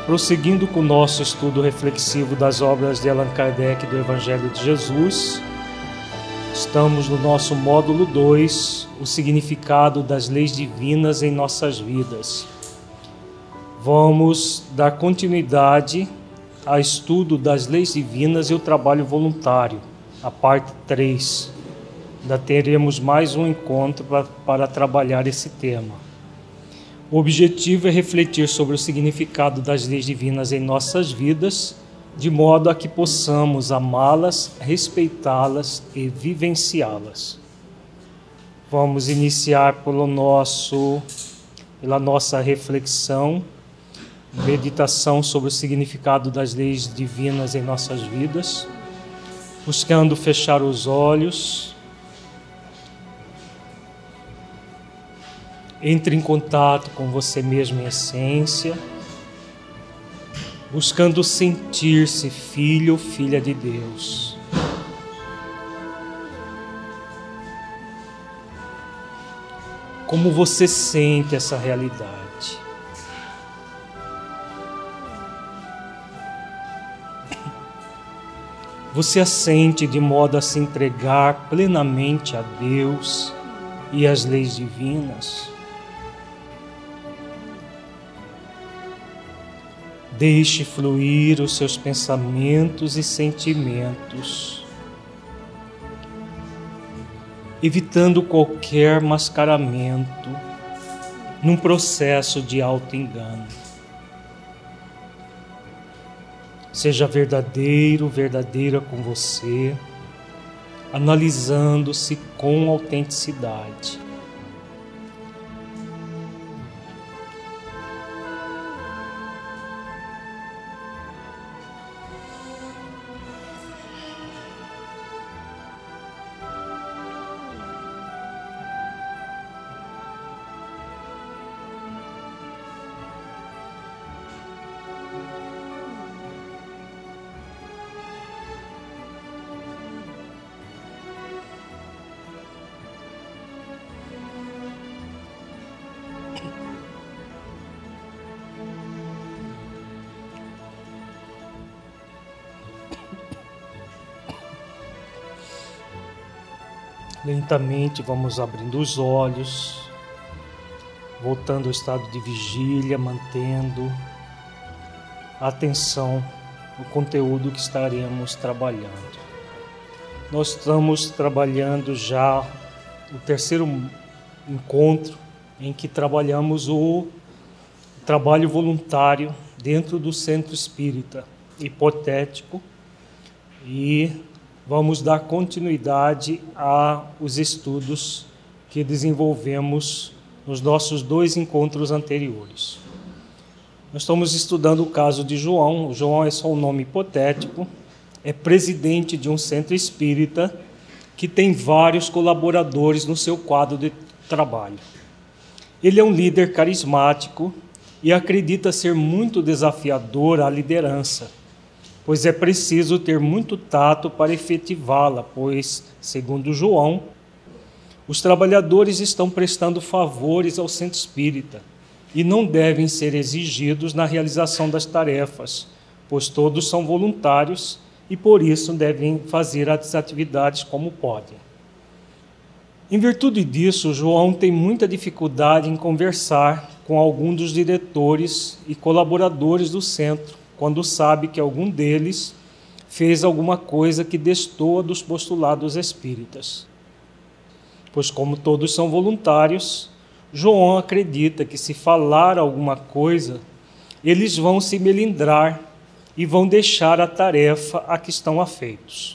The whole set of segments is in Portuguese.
Prosseguindo com o nosso estudo reflexivo das obras de Allan Kardec do Evangelho de Jesus, estamos no nosso módulo 2, o significado das leis divinas em nossas vidas. Vamos dar continuidade ao estudo das leis divinas e o trabalho voluntário, a parte 3. Ainda teremos mais um encontro para trabalhar esse tema. O objetivo é refletir sobre o significado das leis divinas em nossas vidas, de modo a que possamos amá-las, respeitá-las e vivenciá-las. Vamos iniciar pela nossa reflexão, meditação sobre o significado das leis divinas em nossas vidas, buscando fechar os olhos. Entre em contato com você mesmo em essência, buscando sentir-se filho ou filha de Deus. Como você sente essa realidade? Você a sente de modo a se entregar plenamente a Deus e às leis divinas? Deixe fluir os seus pensamentos e sentimentos, evitando qualquer mascaramento num processo de auto-engano. Seja verdadeira com você, analisando-se com autenticidade. Lentamente vamos abrindo os olhos, voltando ao estado de vigília, mantendo a atenção no conteúdo que estaremos trabalhando. Nós estamos trabalhando já o terceiro encontro em que trabalhamos o trabalho voluntário dentro do Centro Espírita Hipotético e vamos dar continuidade aos estudos que desenvolvemos nos nossos 2 encontros anteriores. Nós estamos estudando o caso de João. O João é só um nome hipotético, é presidente de um centro espírita que tem vários colaboradores no seu quadro de trabalho. Ele é um líder carismático e acredita ser muito desafiador à liderança, pois é preciso ter muito tato para efetivá-la, pois, segundo João, os trabalhadores estão prestando favores ao centro espírita e não devem ser exigidos na realização das tarefas, pois todos são voluntários e, por isso, devem fazer as atividades como podem. Em virtude disso, João tem muita dificuldade em conversar com algum dos diretores e colaboradores do centro, quando sabe que algum deles fez alguma coisa que destoa dos postulados espíritas. Pois, como todos são voluntários, João acredita que, se falar alguma coisa, eles vão se melindrar e vão deixar a tarefa a que estão afeitos.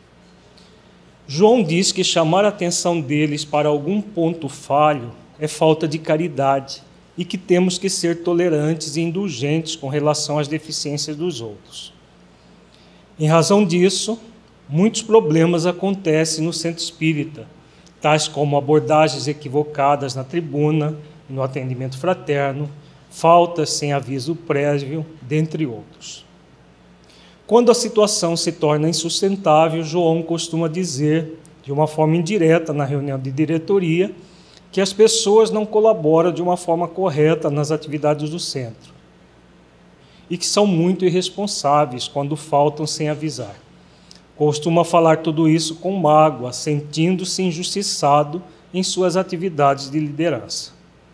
João diz que chamar a atenção deles para algum ponto falho é falta de caridade e que temos que ser tolerantes e indulgentes com relação às deficiências dos outros. Em razão disso, muitos problemas acontecem no centro espírita, tais como abordagens equivocadas na tribuna, no atendimento fraterno, faltas sem aviso prévio, dentre outros. Quando a situação se torna insustentável, João costuma dizer, de uma forma indireta na reunião de diretoria, que as pessoas não colaboram de uma forma correta nas atividades do centro. e que são muito irresponsáveis quando faltam sem avisar. Costuma falar tudo isso com mágoa, sentindo-se injustiçado em suas atividades de liderança.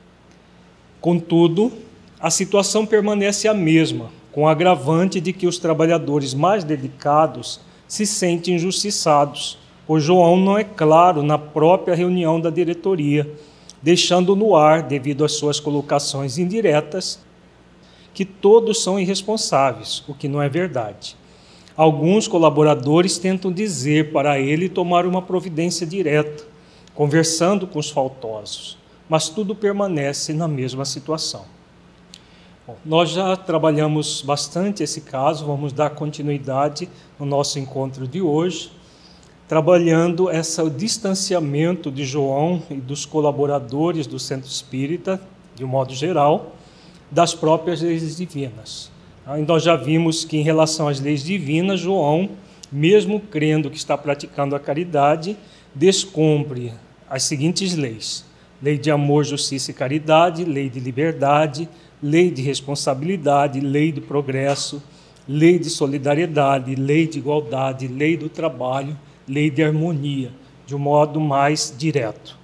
Contudo, a situação permanece a mesma, com o agravante de que os trabalhadores mais dedicados se sentem injustiçados, pois João não é claro na própria reunião da diretoria, deixando no ar, devido às suas colocações indiretas, que todos são irresponsáveis, o que não é verdade. Alguns colaboradores tentam dizer para ele tomar uma providência direta, conversando com os faltosos, mas tudo permanece na mesma situação. Bom, nós já trabalhamos bastante esse caso, vamos dar continuidade no nosso encontro de hoje, trabalhando o distanciamento de João e dos colaboradores do Centro Espírita, de um modo geral, das próprias leis divinas. Nós já vimos que, em relação às leis divinas, João, mesmo crendo que está praticando a caridade, descumpre as seguintes leis: lei de amor, justiça e caridade, lei de liberdade, lei de responsabilidade, lei do progresso, lei de solidariedade, lei de igualdade, lei do trabalho, lei de harmonia, de um modo mais direto.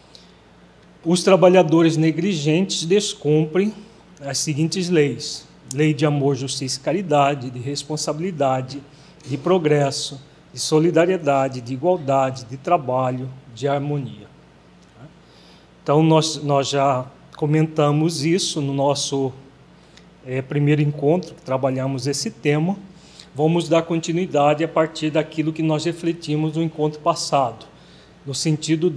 Os trabalhadores negligentes descumprem as seguintes leis: lei de amor, justiça e caridade, de responsabilidade, de progresso, de solidariedade, de igualdade, de trabalho, de harmonia. Então, nós já comentamos isso no nosso primeiro encontro, que trabalhamos esse tema. Vamos dar continuidade a partir daquilo que nós refletimos no encontro passado, no sentido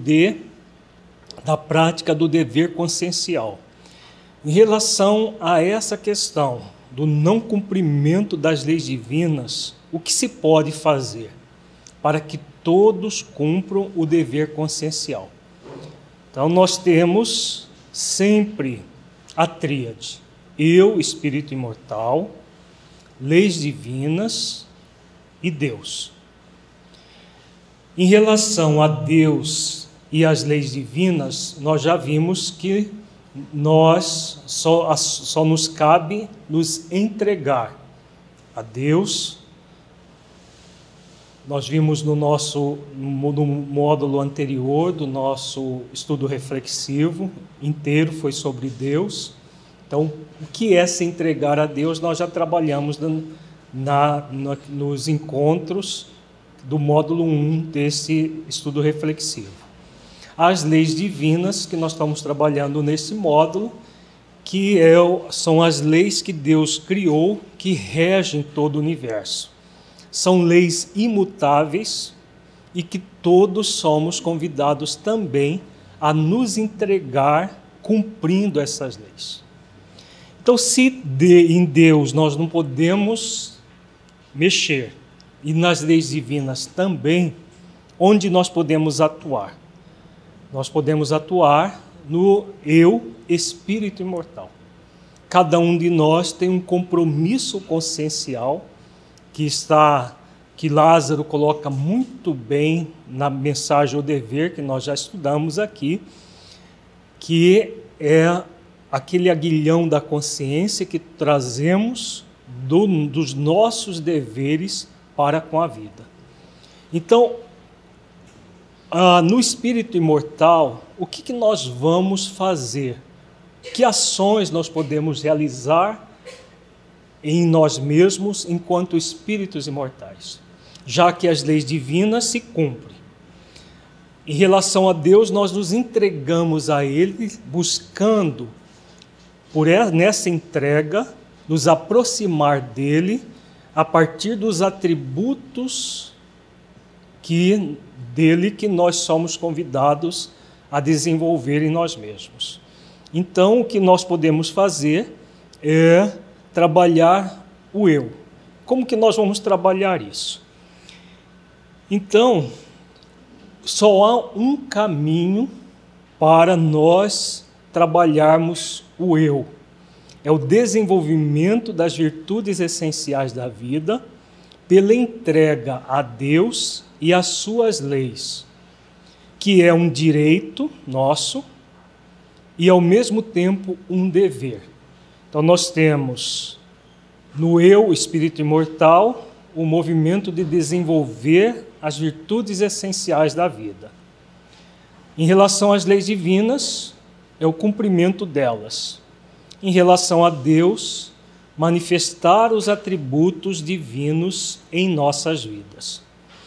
da prática do dever consciencial. Em relação a essa questão do não cumprimento das leis divinas, o que se pode fazer para que todos cumpram o dever consciencial? Então, nós temos sempre a tríade: eu, espírito imortal, leis divinas e Deus. Em relação a Deus e as leis divinas, nós já vimos que nós só nos cabe nos entregar a Deus. Nós vimos no módulo anterior do nosso estudo reflexivo inteiro foi sobre Deus. Então, o que é se entregar a Deus, nós já trabalhamos nos encontros do módulo 1 desse estudo reflexivo. As leis divinas que nós estamos trabalhando nesse módulo, que são as leis que Deus criou, que regem todo o universo. São leis imutáveis e que todos somos convidados também a nos entregar cumprindo essas leis. Então, se em Deus nós não podemos mexer, e nas leis divinas também, onde nós podemos atuar? Nós podemos atuar no eu, espírito imortal. Cada um de nós tem um compromisso consciencial que Lázaro coloca muito bem na mensagem O Dever, que nós já estudamos aqui, que é aquele aguilhão da consciência que trazemos dos nossos deveres para com a vida. Então, no espírito imortal, o que nós vamos fazer? Que ações nós podemos realizar em nós mesmos enquanto espíritos imortais, já que as leis divinas se cumprem? Em relação a Deus, nós nos entregamos a Ele, buscando, nessa entrega, nos aproximar dEle a partir dos atributos dele que nós somos convidados a desenvolver em nós mesmos. Então, o que nós podemos fazer é trabalhar o eu. Como que nós vamos trabalhar isso? Então, só há um caminho para nós trabalharmos o eu. É o desenvolvimento das virtudes essenciais da vida pela entrega a Deus e às suas leis, que é um direito nosso e, ao mesmo tempo, um dever. Então, nós temos no eu, espírito imortal, o movimento de desenvolver as virtudes essenciais da vida. Em relação às leis divinas, é o cumprimento delas. Em relação a Deus, manifestar os atributos divinos em nossas vidas.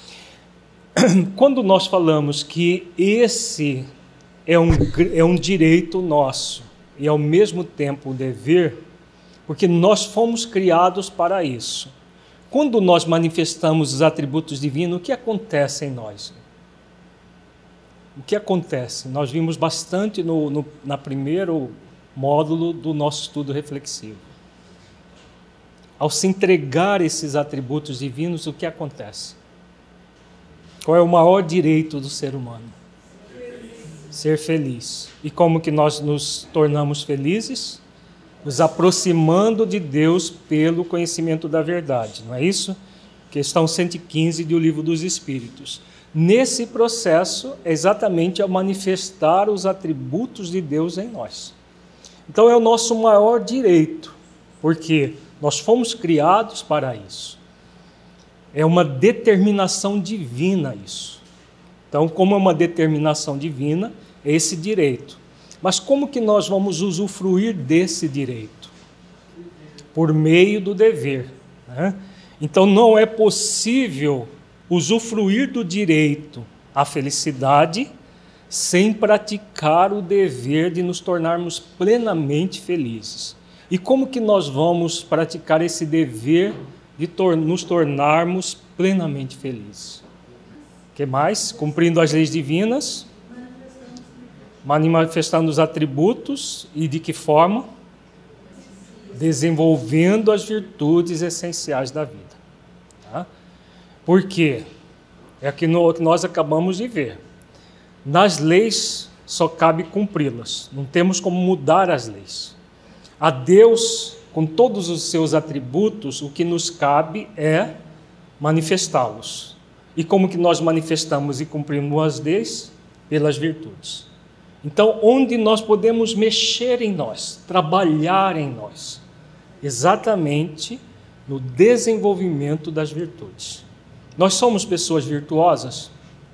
Quando nós falamos que esse é um direito nosso e ao mesmo tempo um dever, porque nós fomos criados para isso. Quando nós manifestamos os atributos divinos, o que acontece em nós? O que acontece? Nós vimos bastante na primeiro módulo do nosso estudo reflexivo. Ao se entregar esses atributos divinos, o que acontece? Qual é o maior direito do ser humano? Ser feliz. E como que nós nos tornamos felizes? Nos aproximando de Deus pelo conhecimento da verdade, não é isso? Questão 115 do Livro dos Espíritos. Nesse processo, é exatamente ao manifestar os atributos de Deus em nós. Então é o nosso maior direito, porque nós fomos criados para isso. É uma determinação divina isso. Então, como é uma determinação divina, é esse direito. Mas como que nós vamos usufruir desse direito? Por meio do dever, né? Então não é possível usufruir do direito à felicidade sem praticar o dever de nos tornarmos plenamente felizes. E como que nós vamos praticar esse dever de nos tornarmos plenamente felizes? O que mais? Cumprindo as leis divinas, manifestando os atributos e de que forma? Desenvolvendo as virtudes essenciais da vida. Tá? Por quê? É o que nós acabamos de ver. Nas leis só cabe cumpri-las, não temos como mudar as leis. A Deus, com todos os seus atributos, o que nos cabe é manifestá-los. E como que nós manifestamos e cumprimos as leis? Pelas virtudes. Então, onde nós podemos mexer em nós, trabalhar em nós? Exatamente no desenvolvimento das virtudes. Nós somos pessoas virtuosas?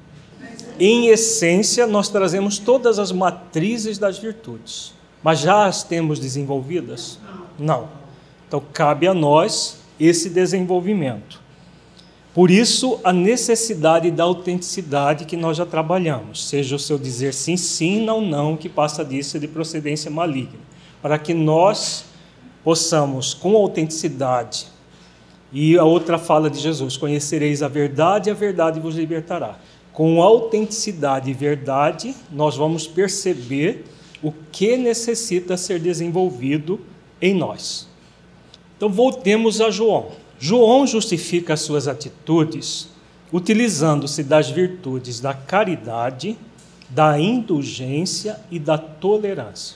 Em essência, nós trazemos todas as matrizes das virtudes, mas já as temos desenvolvidas? Não. Então, cabe a nós esse desenvolvimento. Por isso, a necessidade da autenticidade que nós já trabalhamos, seja o seu dizer sim, sim, não, não, que passa disso de procedência maligna, para que nós possamos, com autenticidade, e a outra fala de Jesus, conhecereis a verdade vos libertará. Com autenticidade e verdade, nós vamos perceber o que necessita ser desenvolvido em nós. Então, voltemos a João. João justifica as suas atitudes utilizando-se das virtudes da caridade, da indulgência e da tolerância.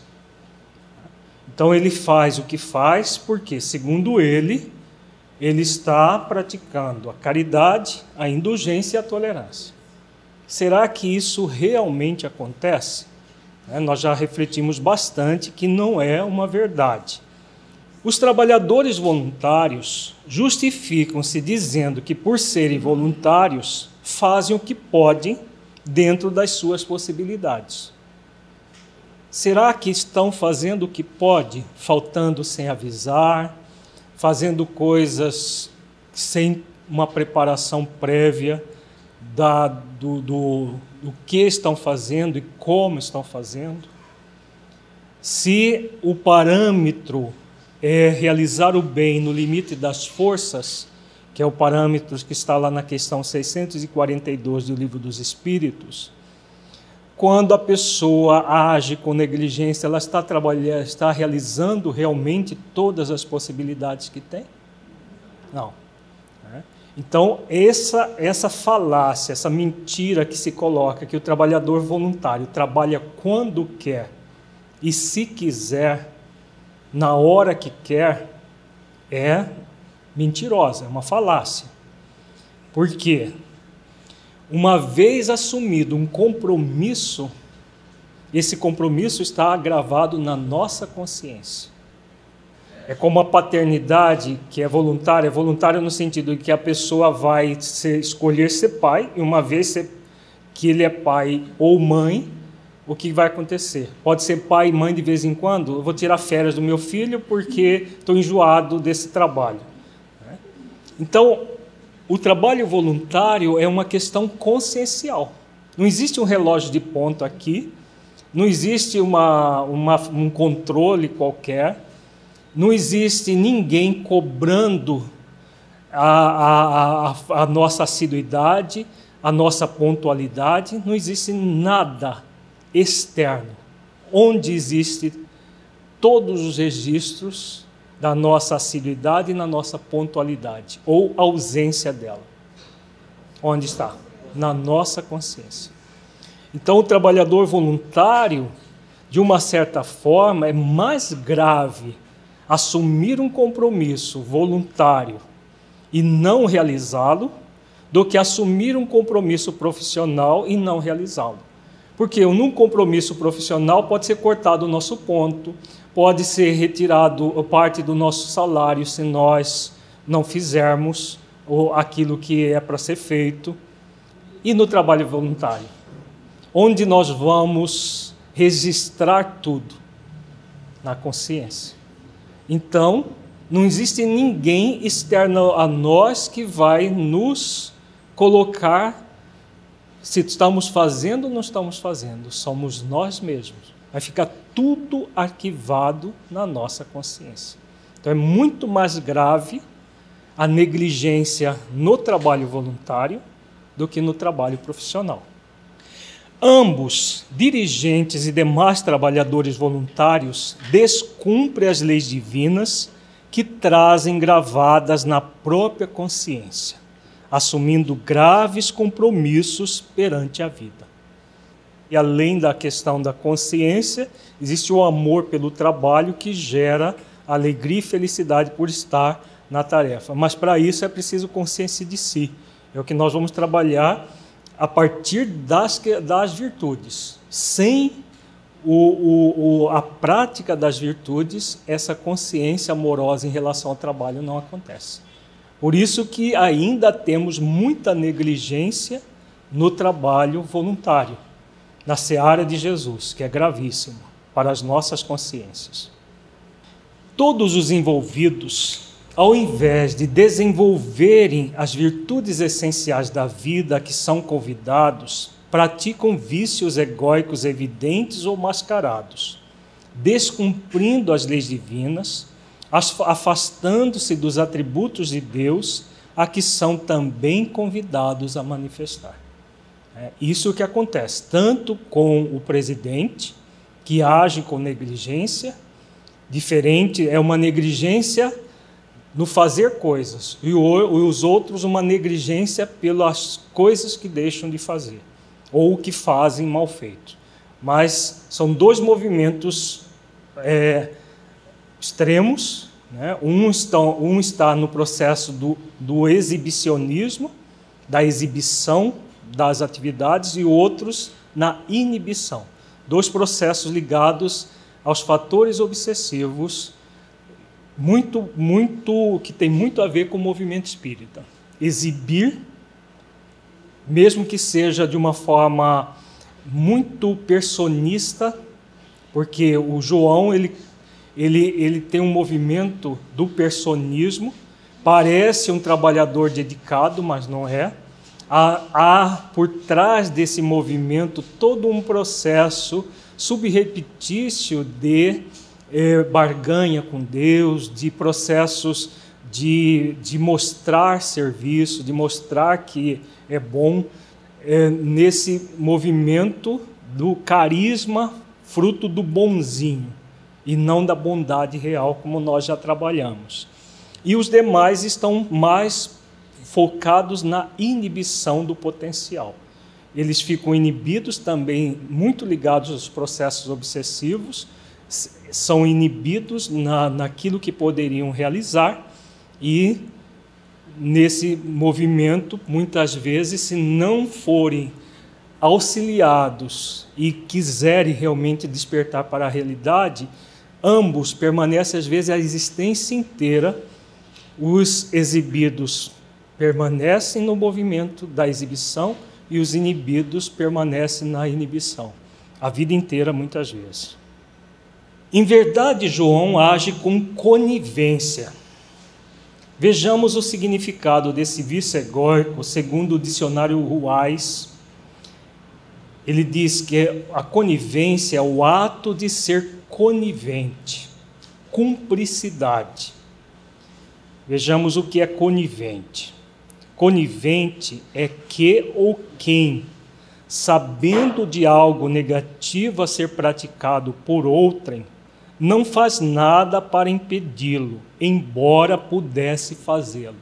Então ele faz o que faz porque, segundo ele está praticando a caridade, a indulgência e a tolerância. Será que isso realmente acontece? Nós já refletimos bastante que não é uma verdade. Os trabalhadores voluntários justificam-se dizendo que, por serem voluntários, fazem o que podem dentro das suas possibilidades. Será que estão fazendo o que pode, faltando sem avisar, fazendo coisas sem uma preparação prévia do que estão fazendo e como estão fazendo? Se o parâmetro é realizar o bem no limite das forças, que é o parâmetro que está lá na questão 642 do Livro dos Espíritos, quando a pessoa age com negligência, ela está realizando realmente todas as possibilidades que tem? Não. Então, essa falácia, essa mentira que se coloca, que o trabalhador voluntário trabalha quando quer e se quiser, na hora que quer, é mentirosa, é uma falácia. Por quê? Uma vez assumido um compromisso, esse compromisso está gravado na nossa consciência. É como a paternidade, que é voluntária no sentido de que a pessoa vai escolher ser pai, e uma vez que ele é pai ou mãe, o que vai acontecer? Pode ser pai e mãe de vez em quando? Eu vou tirar férias do meu filho porque estou enjoado desse trabalho. Então, o trabalho voluntário é uma questão consciencial. Não existe um relógio de ponto aqui, não existe um controle qualquer, não existe ninguém cobrando a nossa assiduidade, a nossa pontualidade, não existe nada externo, onde existe todos os registros da nossa assiduidade e na nossa pontualidade, ou ausência dela. Onde está? Na nossa consciência. Então, o trabalhador voluntário, de uma certa forma, é mais grave assumir um compromisso voluntário e não realizá-lo, do que assumir um compromisso profissional e não realizá-lo. Porque num compromisso profissional pode ser cortado o nosso ponto, pode ser retirado parte do nosso salário se nós não fizermos aquilo que é para ser feito. E no trabalho voluntário, onde nós vamos registrar tudo na consciência. Então, não existe ninguém externo a nós que vai nos colocar se estamos fazendo ou não estamos fazendo. Somos nós mesmos. Vai ficar tudo arquivado na nossa consciência. Então, é muito mais grave a negligência no trabalho voluntário do que no trabalho profissional. Ambos, dirigentes e demais trabalhadores voluntários, descumprem as leis divinas que trazem gravadas na própria consciência, assumindo graves compromissos perante a vida. E além da questão da consciência, existe o amor pelo trabalho que gera alegria e felicidade por estar na tarefa. Mas para isso é preciso consciência de si. É o que nós vamos trabalhar a partir das virtudes. Sem a prática das virtudes, essa consciência amorosa em relação ao trabalho não acontece. Por isso que ainda temos muita negligência no trabalho voluntário, na seara de Jesus, que é gravíssimo para as nossas consciências. Todos os envolvidos, ao invés de desenvolverem as virtudes essenciais da vida a que são convidados, praticam vícios egóicos evidentes ou mascarados, descumprindo as leis divinas, afastando-se dos atributos de Deus a que são também convidados a manifestar. É isso que acontece, tanto com o presidente, que age com negligência, diferente, é uma negligência no fazer coisas, e os outros uma negligência pelas coisas que deixam de fazer, ou que fazem mal feito. Mas são dois movimentos extremos, né? Um está no processo do exibicionismo, da exibição das atividades, e outros na inibição. Dois processos ligados aos fatores obsessivos, que tem muito a ver com o movimento espírita. Exibir, mesmo que seja de uma forma muito personista, porque o João ele tem um movimento do personismo, parece um trabalhador dedicado, mas não é. Há por trás desse movimento todo um processo subreptício de barganha com Deus, de processos de mostrar serviço, de mostrar que é bom, nesse movimento do carisma, fruto do bonzinho, e não da bondade real, como nós já trabalhamos. E os demais estão mais focados na inibição do potencial. Eles ficam inibidos também, muito ligados aos processos obsessivos, são inibidos naquilo que poderiam realizar, e nesse movimento, muitas vezes, se não forem auxiliados e quiserem realmente despertar para a realidade, ambos permanecem às vezes a existência inteira, os exibidos permanecem no movimento da exibição e os inibidos permanecem na inibição, a vida inteira muitas vezes. Em verdade, João age com conivência. Vejamos o significado desse vício egóico, segundo o dicionário Ruais. Ele diz que a conivência é o ato de ser conivente, cumplicidade. Vejamos o que é conivente. Conivente é que ou quem, sabendo de algo negativo a ser praticado por outrem, não faz nada para impedi-lo, embora pudesse fazê-lo.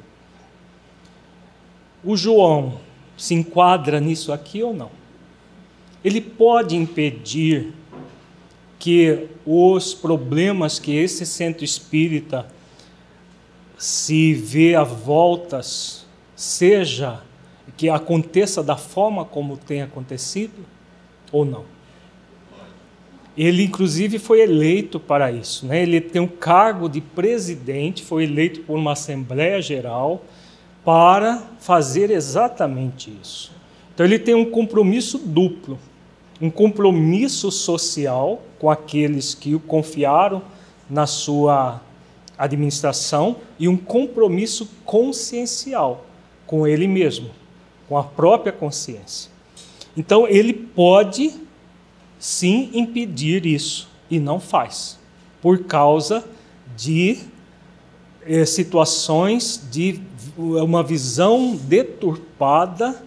O João se enquadra nisso aqui ou não? Ele pode impedir que os problemas que esse centro espírita se vê a voltas, seja que aconteça da forma como tem acontecido ou não? Ele, inclusive, foi eleito para isso, né? Ele tem um cargo de presidente, foi eleito por uma Assembleia Geral para fazer exatamente isso. Então, ele tem um compromisso duplo, um compromisso social com aqueles que o confiaram na sua administração e um compromisso consciencial com ele mesmo, com a própria consciência. Então, ele pode sim impedir isso, e não faz, por causa de situações de uma visão deturpada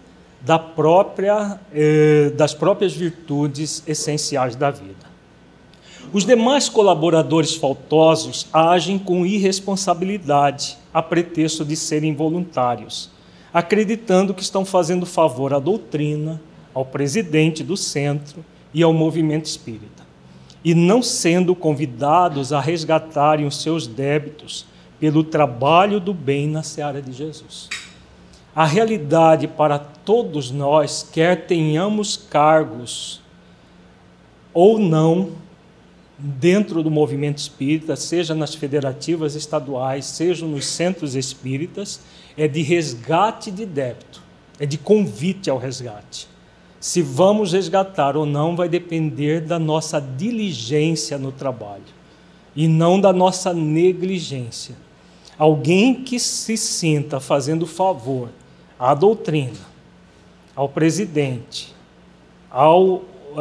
das próprias virtudes essenciais da vida. Os demais colaboradores faltosos agem com irresponsabilidade, a pretexto de serem voluntários, acreditando que estão fazendo favor à doutrina, ao presidente do centro e ao movimento espírita, e não sendo convidados a resgatarem os seus débitos pelo trabalho do bem na seara de Jesus. A realidade para todos nós, quer tenhamos cargos ou não dentro do movimento espírita, seja nas federativas estaduais, seja nos centros espíritas, é de resgate de débito, é de convite ao resgate. Se vamos resgatar ou não vai depender da nossa diligência no trabalho e não da nossa negligência. Alguém que se sinta fazendo favor à doutrina, ao presidente, ao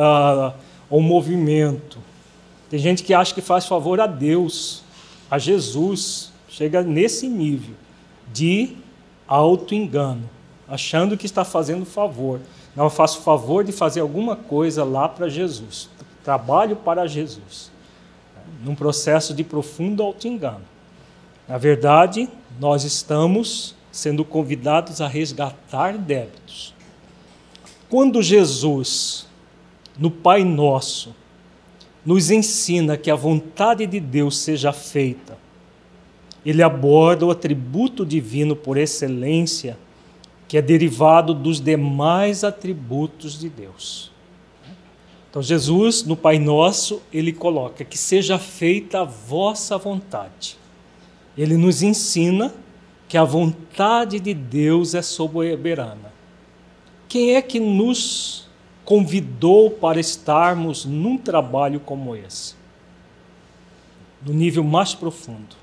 movimento. Tem gente que acha que faz favor a Deus, a Jesus, chega nesse nível de auto-engano, achando que está fazendo favor. Não, eu faço favor de fazer alguma coisa lá para Jesus, trabalho para Jesus, num processo de profundo auto-engano. Na verdade, nós estamos sendo convidados a resgatar débitos. Quando Jesus, no Pai Nosso, nos ensina que a vontade de Deus seja feita, ele aborda o atributo divino por excelência, que é derivado dos demais atributos de Deus. Então, Jesus, no Pai Nosso, ele coloca que seja feita a vossa vontade. Ele nos ensina que a vontade de Deus é soberana. Quem é que nos convidou para estarmos num trabalho como esse? No nível mais profundo.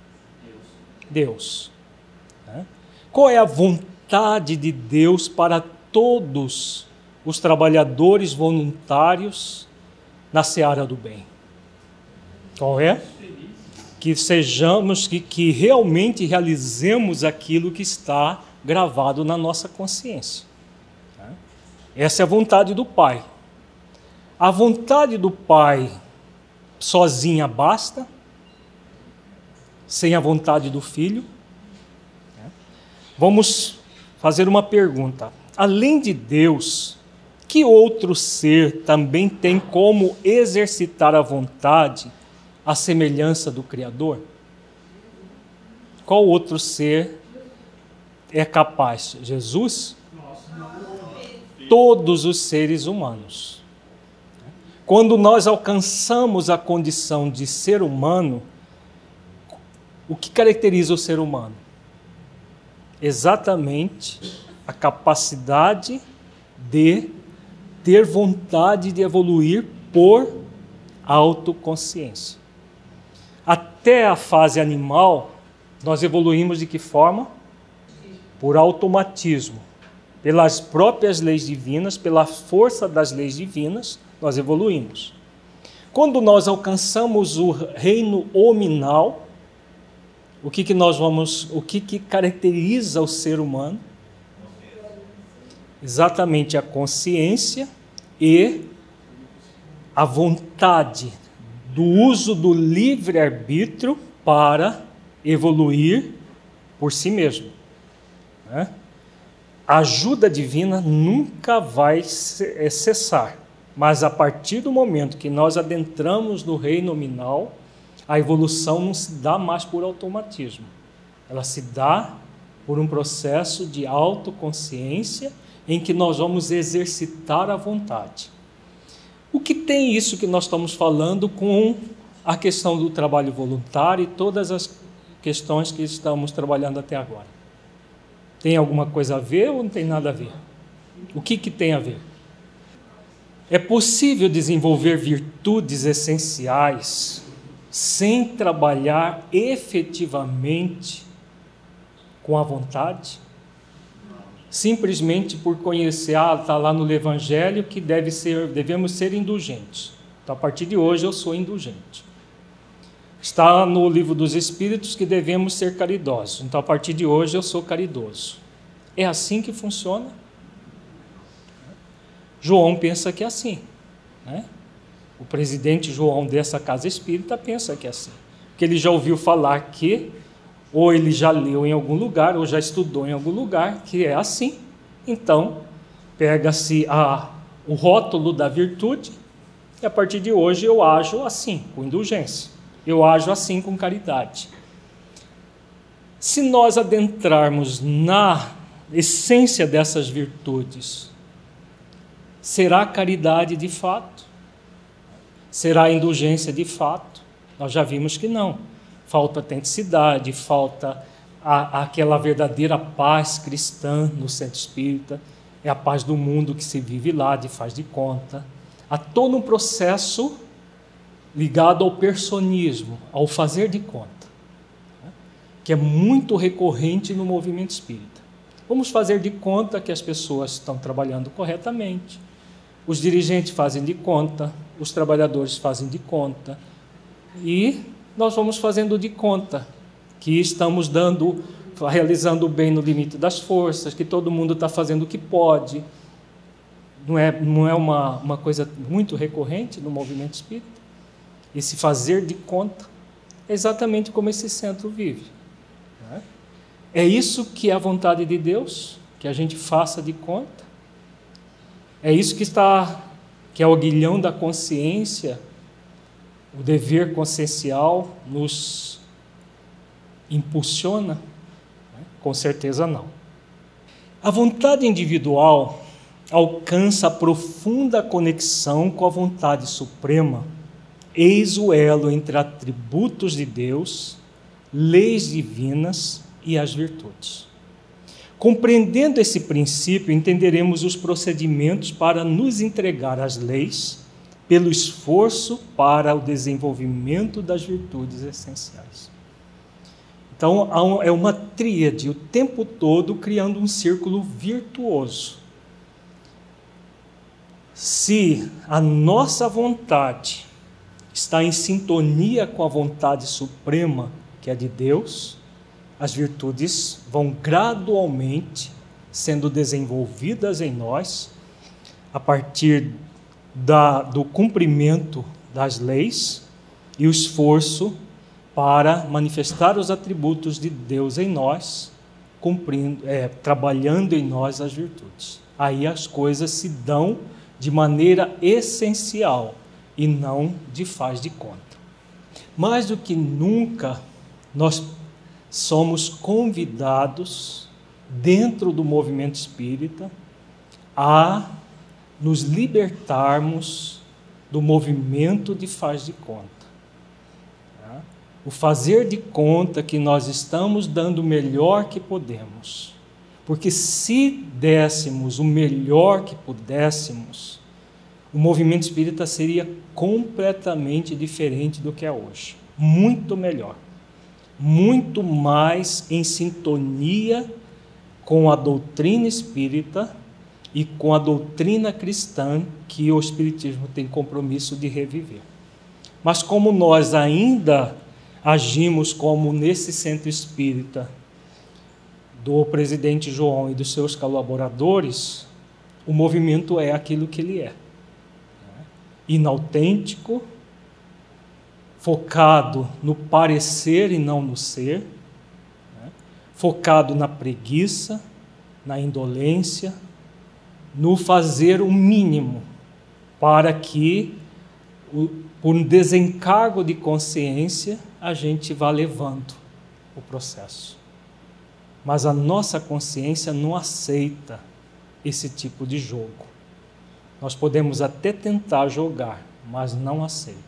Deus. Qual é a vontade de Deus para todos os trabalhadores voluntários na seara do bem? Qual é? Que sejamos, que realmente realizemos aquilo que está gravado na nossa consciência. Essa é a vontade do Pai. A vontade do Pai sozinha basta, sem a vontade do Filho. Vamos fazer uma pergunta. Além de Deus, que outro ser também tem como exercitar a vontade à semelhança do Criador? Qual outro ser é capaz? Jesus? Todos os seres humanos. Quando nós alcançamos a condição de ser humano, o que caracteriza o ser humano? Exatamente a capacidade de ter vontade de evoluir por autoconsciência. Até a fase animal, nós evoluímos de que forma? Por automatismo. Pelas próprias leis divinas, pela força das leis divinas, nós evoluímos. Quando nós alcançamos o reino hominal, o que caracteriza o ser humano? Exatamente a consciência e a vontade do uso do livre-arbítrio para evoluir por si mesmo. A ajuda divina nunca vai cessar, mas a partir do momento que nós adentramos no reino nominal, a evolução não se dá mais por automatismo. Ela se dá por um processo de autoconsciência em que nós vamos exercitar a vontade. O que tem isso que nós estamos falando com a questão do trabalho voluntário e todas as questões que estamos trabalhando até agora? Tem alguma coisa a ver ou não tem nada a ver? O que tem a ver? É possível desenvolver virtudes essenciais sem trabalhar efetivamente com a vontade? Simplesmente por conhecer, está lá no Evangelho que devemos ser indulgentes. Então, a partir de hoje, eu sou indulgente. Está no Livro dos Espíritos que devemos ser caridosos. Então, a partir de hoje, eu sou caridoso. É assim que funciona? João pensa que é assim, né? O presidente João dessa casa espírita pensa que é assim. Porque ele já ouviu falar que, ou ele já leu em algum lugar, ou já estudou em algum lugar, que é assim. Então, pega-se o rótulo da virtude, e a partir de hoje eu ajo assim, com indulgência. Eu ajo assim com caridade. Se nós adentrarmos na essência dessas virtudes, será caridade de fato? Será indulgência de fato? Nós já vimos que não. Falta autenticidade, falta aquela verdadeira paz cristã no centro espírita, é a paz do mundo que se vive lá, de faz de conta. Há todo um processo ligado ao personismo, ao fazer de conta, que é muito recorrente no movimento espírita. Vamos fazer de conta que as pessoas estão trabalhando corretamente, os dirigentes fazem de conta, os trabalhadores fazem de conta, e nós vamos fazendo de conta que estamos realizando o bem no limite das forças, que todo mundo está fazendo o que pode. Não é uma coisa muito recorrente no movimento espírita? Esse fazer de conta é exatamente como esse centro vive. É isso que é a vontade de Deus, que a gente faça de conta. É isso que é o aguilhão da consciência, o dever consciencial nos impulsiona? Com certeza não. A vontade individual alcança a profunda conexão com a vontade suprema, eis o elo entre atributos de Deus, leis divinas e as virtudes. Compreendendo esse princípio, entenderemos os procedimentos para nos entregar às leis pelo esforço para o desenvolvimento das virtudes essenciais. Então, é uma tríade o tempo todo criando um círculo virtuoso. Se a nossa vontade está em sintonia com a vontade suprema, que é de Deus, as virtudes vão gradualmente sendo desenvolvidas em nós a partir do cumprimento das leis e o esforço para manifestar os atributos de Deus em nós, trabalhando em nós as virtudes. Aí as coisas se dão de maneira essencial e não de faz de conta. Mais do que nunca, nós somos convidados, dentro do movimento espírita, a nos libertarmos do movimento de faz de conta. Tá? O fazer de conta que nós estamos dando o melhor que podemos. Porque se dessemos o melhor que pudéssemos, o movimento espírita seria completamente diferente do que é hoje. Muito melhor. Muito mais em sintonia com a doutrina espírita e com a doutrina cristã que o Espiritismo tem compromisso de reviver. Mas como nós ainda agimos como nesse centro espírita do presidente João e dos seus colaboradores, o movimento é aquilo que ele é. Inautêntico, focado no parecer e não no ser, focado na preguiça, na indolência, no fazer o mínimo para que, por um desencargo de consciência, a gente vá levando o processo. Mas a nossa consciência não aceita esse tipo de jogo. Nós podemos até tentar jogar, mas não aceita.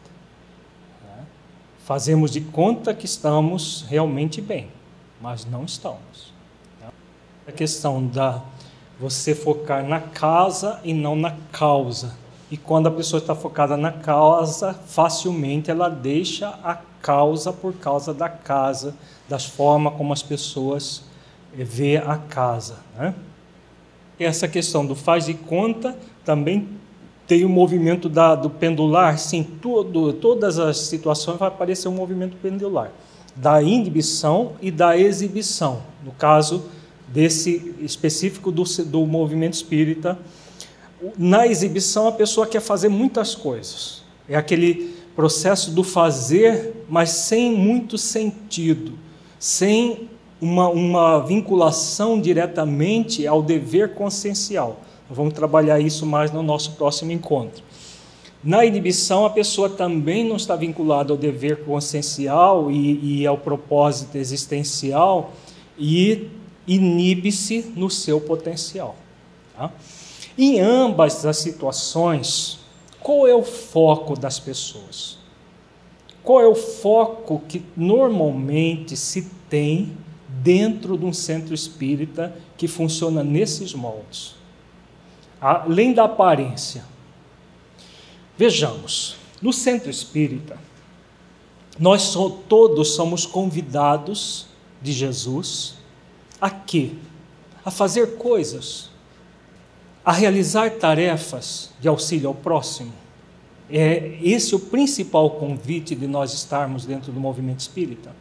Fazemos de conta que estamos realmente bem, mas não estamos. A questão da você focar na causa e não na causa. E quando a pessoa está focada na causa, facilmente ela deixa a causa por causa da casa, das formas como as pessoas vê a casa. Né? Essa questão do faz de conta também tem o movimento do pendular. Sim, todas as situações vai aparecer um movimento pendular, da inibição e da exibição. No caso desse específico do movimento espírita, na exibição a pessoa quer fazer muitas coisas. É aquele processo do fazer, mas sem muito sentido, sem uma vinculação diretamente ao dever consciencial. Vamos trabalhar isso mais no nosso próximo encontro. Na inibição, a pessoa também não está vinculada ao dever consciencial e ao propósito existencial e inibe-se no seu potencial. Tá? Em ambas as situações, qual é o foco das pessoas? Qual é o foco que normalmente se tem dentro de um centro espírita que funciona nesses moldes? Além da aparência. Vejamos, no centro espírita, nós todos somos convidados de Jesus a quê? A fazer coisas, a realizar tarefas de auxílio ao próximo. É esse o principal convite de nós estarmos dentro do movimento espírita.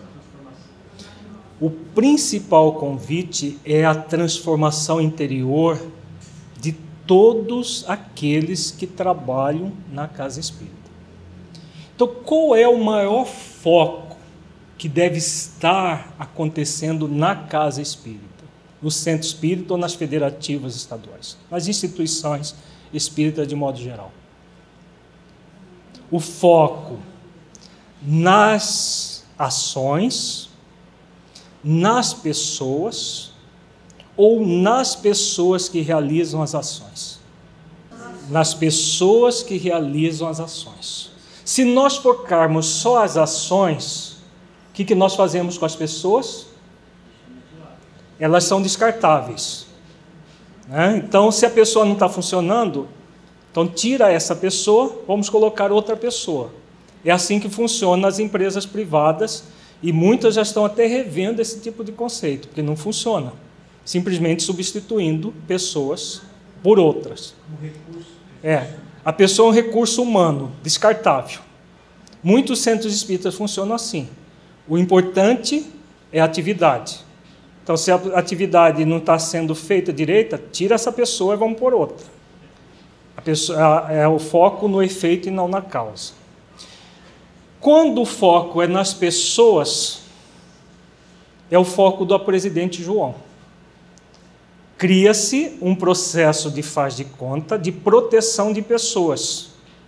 O principal convite é a transformação interior de todos aqueles que trabalham na casa espírita. Então, qual é o maior foco que deve estar acontecendo na casa espírita, no centro espírita ou nas federativas estaduais, nas instituições espíritas de modo geral? O foco nas ações, nas pessoas ou nas pessoas que realizam as ações? Nas pessoas que realizam as ações. Se nós focarmos só as ações, o que nós fazemos com as pessoas? Elas são descartáveis. Né? Então, se a pessoa não está funcionando, então tira essa pessoa, vamos colocar outra pessoa. É assim que funciona nas empresas privadas e muitas já estão até revendo esse tipo de conceito, porque não funciona. Simplesmente substituindo pessoas por outras. A pessoa é um recurso humano, descartável. Muitos centros espíritas funcionam assim. O importante é a atividade. Então, se a atividade não está sendo feita direita, tira essa pessoa e vamos por outra. É o foco no efeito e não na causa. Quando o foco é nas pessoas, é o foco do presidente João. Cria-se um processo de faz de conta de proteção de pessoas.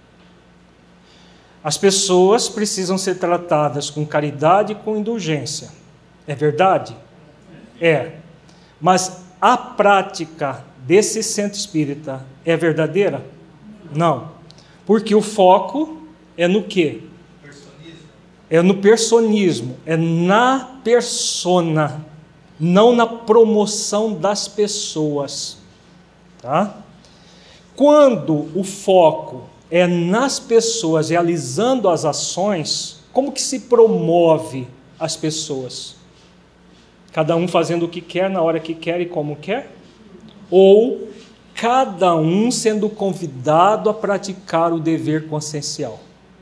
As pessoas precisam ser tratadas com caridade e com indulgência. É verdade? É. Mas a prática desse centro espírita é verdadeira? Não. Porque o foco é no quê? É no personismo, é na persona, não na promoção das pessoas. Tá? Quando o foco é nas pessoas realizando as ações, como que se promove as pessoas? Cada um fazendo o que quer, na hora que quer e como quer? Ou cada um sendo convidado a praticar o dever consciencial?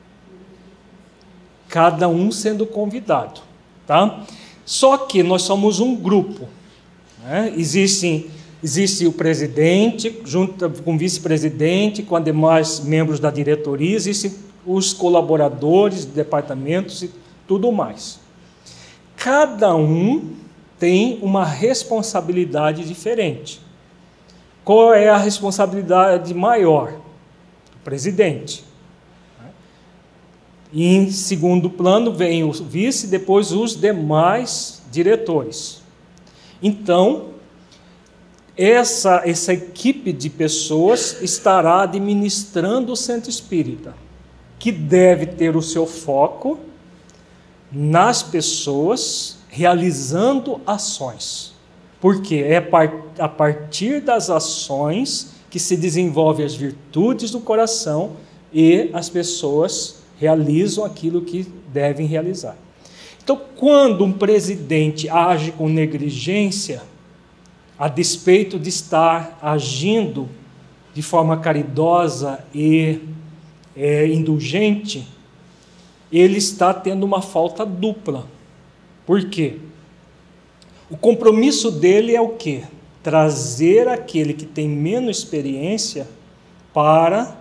Cada um sendo convidado, tá? Só que nós somos um grupo, né? Existe o presidente, junto com o vice-presidente, com os demais membros da diretoria, existem os colaboradores, departamentos e tudo mais. Cada um tem uma responsabilidade diferente. Qual é a responsabilidade maior? O presidente. E em segundo plano vem o vice, depois os demais diretores. Então, essa equipe de pessoas estará administrando o centro espírita, que deve ter o seu foco nas pessoas realizando ações. Porque é a partir das ações que se desenvolvem as virtudes do coração e as pessoas realizam aquilo que devem realizar. Então, quando um presidente age com negligência, a despeito de estar agindo de forma caridosa e indulgente, ele está tendo uma falta dupla. Por quê? O compromisso dele é o quê? Trazer aquele que tem menos experiência para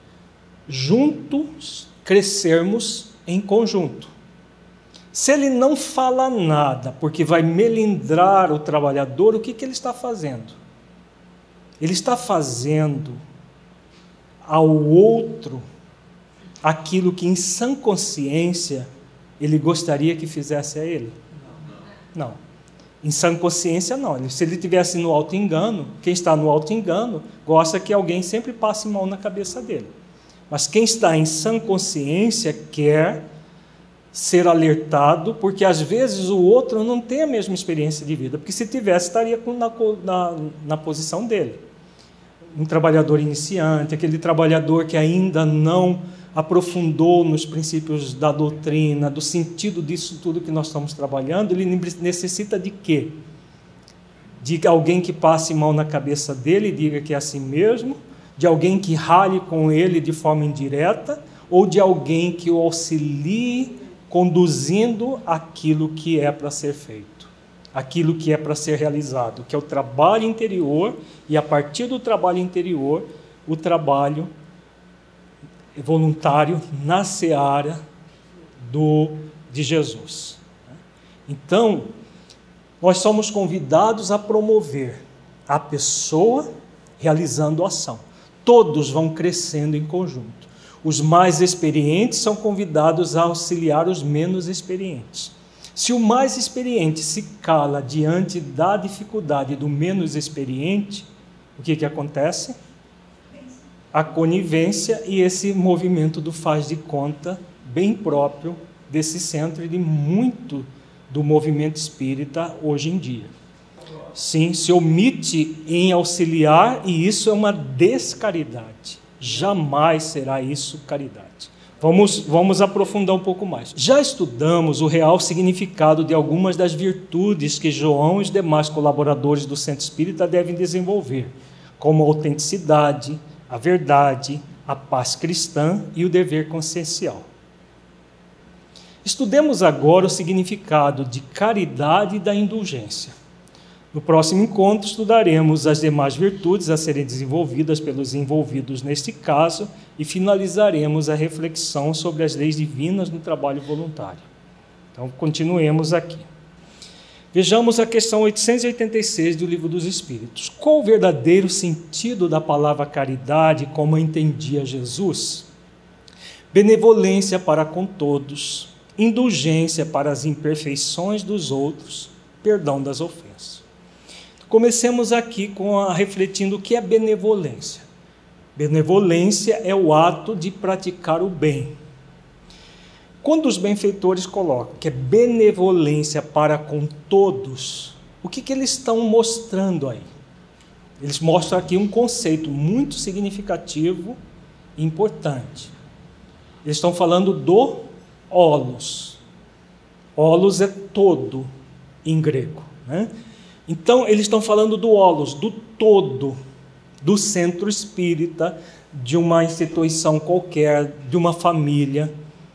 juntos crescermos em conjunto. Se ele não fala nada, porque vai melindrar o trabalhador, o que ele está fazendo? Ele está fazendo ao outro aquilo que em sã consciência ele gostaria que fizesse a ele? Não. Em sã consciência, não. Se ele estivesse no auto-engano, quem está no auto-engano gosta que alguém sempre passe mão na cabeça dele. Mas quem está em sã consciência quer ser alertado, porque às vezes o outro não tem a mesma experiência de vida, porque se tivesse, estaria na posição dele. Um trabalhador iniciante, aquele trabalhador que ainda não aprofundou nos princípios da doutrina, do sentido disso tudo que nós estamos trabalhando, ele necessita de quê? De alguém que passe mão na cabeça dele e diga que é assim mesmo, de alguém que rale com ele de forma indireta, ou de alguém que o auxilie conduzindo aquilo que é para ser feito, aquilo que é para ser realizado, que é o trabalho interior, e a partir do trabalho interior, o trabalho voluntário na seara de Jesus. Então, nós somos convidados a promover a pessoa realizando a ação. Todos vão crescendo em conjunto. Os mais experientes são convidados a auxiliar os menos experientes. Se o mais experiente se cala diante da dificuldade do menos experiente, o que acontece? A conivência e esse movimento do faz de conta bem próprio desse centro e de muito do movimento espírita hoje em dia. Sim, se omite em auxiliar, e isso é uma descaridade. Jamais será isso caridade. Vamos aprofundar um pouco mais. Já estudamos o real significado de algumas das virtudes que João e os demais colaboradores do Centro Espírita devem desenvolver, como a autenticidade, a verdade, a paz cristã e o dever consciencial. Estudemos agora o significado de caridade e da indulgência. No próximo encontro, estudaremos as demais virtudes a serem desenvolvidas pelos envolvidos neste caso e finalizaremos a reflexão sobre as leis divinas no trabalho voluntário. Então, continuemos aqui. Vejamos a questão 886 do Livro dos Espíritos. Qual o verdadeiro sentido da palavra caridade, como a entendia Jesus? Benevolência para com todos, indulgência para as imperfeições dos outros, perdão das ofensas. Comecemos aqui refletindo o que é benevolência. Benevolência é o ato de praticar o bem. Quando os benfeitores colocam que é benevolência para com todos, o que eles estão mostrando aí? Eles mostram aqui um conceito muito significativo e importante. Eles estão falando do holos. Holos é todo em grego, né? Então, eles estão falando do holos, do todo, do centro espírita, de uma instituição qualquer, de uma família.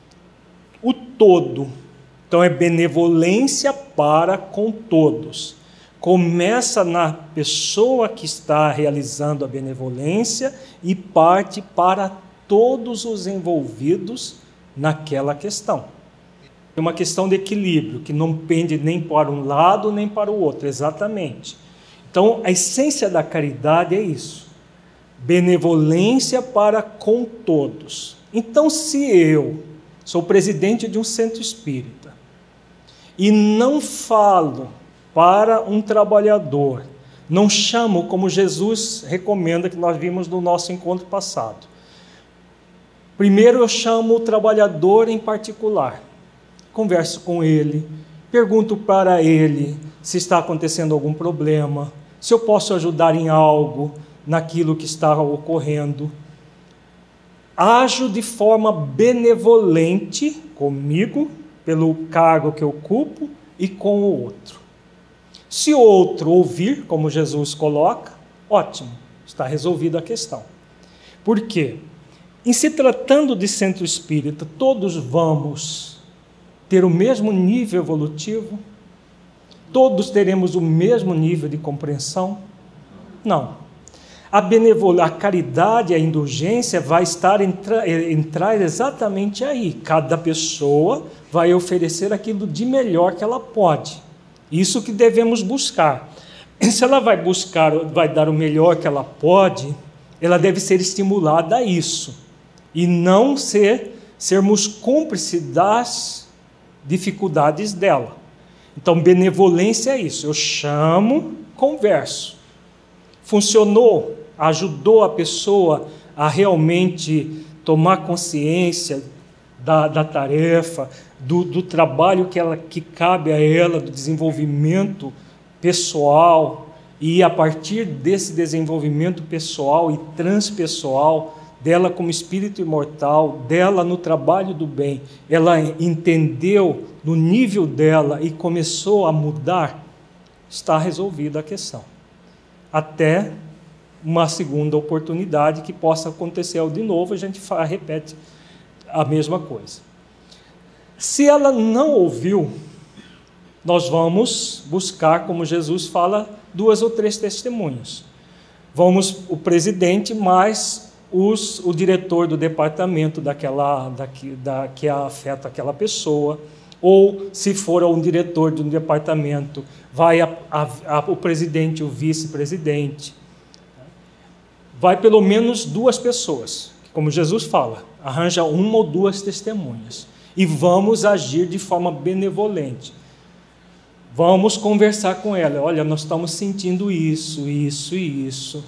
O todo. Então, é benevolência para com todos. Começa na pessoa que está realizando a benevolência e parte para todos os envolvidos naquela questão. É uma questão de equilíbrio, que não pende nem para um lado nem para o outro, exatamente. Então, a essência da caridade é isso. Benevolência para com todos. Então, se eu sou presidente de um centro espírita e não falo para um trabalhador, não chamo como Jesus recomenda, que nós vimos no nosso encontro passado. Primeiro eu chamo o trabalhador em particular, converso com ele, pergunto para ele se está acontecendo algum problema, se eu posso ajudar em algo naquilo que está ocorrendo. Ajo de forma benevolente comigo, pelo cargo que eu ocupo, e com o outro. Se o outro ouvir, como Jesus coloca, ótimo, está resolvida a questão. Por quê? Em se tratando de centro espírita, todos vamos ter o mesmo nível evolutivo? Todos teremos o mesmo nível de compreensão? Não. A caridade, a indulgência vai entrar exatamente aí. Cada pessoa vai oferecer aquilo de melhor que ela pode. Isso que devemos buscar. Se ela vai dar o melhor que ela pode, ela deve ser estimulada a isso. E não sermos cúmplices das dificuldades dela. Então, benevolência é isso. Eu chamo, converso. Funcionou, ajudou a pessoa a realmente tomar consciência da tarefa, do trabalho que cabe a ela, do desenvolvimento pessoal, e a partir desse desenvolvimento pessoal e transpessoal, dela como espírito imortal, dela no trabalho do bem, ela entendeu no nível dela e começou a mudar, está resolvida a questão. Até uma segunda oportunidade que possa acontecer de novo, a gente repete a mesma coisa. Se ela não ouviu, nós vamos buscar, como Jesus fala, 2 ou 3 testemunhos. Vamos o presidente mais o diretor do departamento que afeta aquela pessoa, ou se for um diretor de um departamento, vai o presidente e o vice-presidente. Vai pelo menos 2 pessoas, como Jesus fala, arranja 1 ou 2 testemunhas, e vamos agir de forma benevolente. Vamos conversar com ela, olha, nós estamos sentindo isso, isso e isso.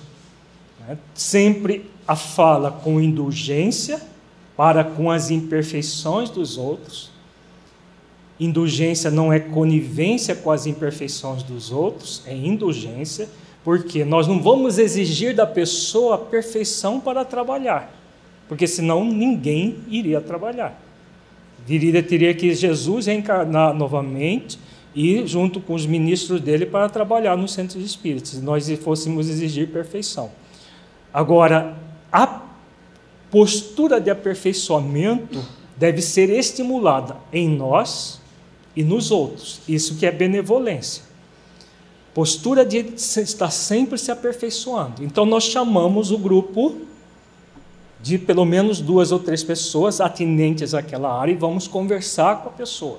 Sempre a fala com indulgência para com as imperfeições dos outros. Indulgência não é conivência com as imperfeições dos outros, é indulgência, porque nós não vamos exigir da pessoa a perfeição para trabalhar, porque senão ninguém iria trabalhar. Teria que Jesus reencarnar novamente e junto com os ministros dele para trabalhar nos centros espíritas, se nós fôssemos exigir perfeição. Agora, a postura de aperfeiçoamento deve ser estimulada em nós e nos outros. Isso que é benevolência. Postura de estar sempre se aperfeiçoando. Então, nós chamamos o grupo de pelo menos 2 ou 3 pessoas atinentes àquela área e vamos conversar com a pessoa.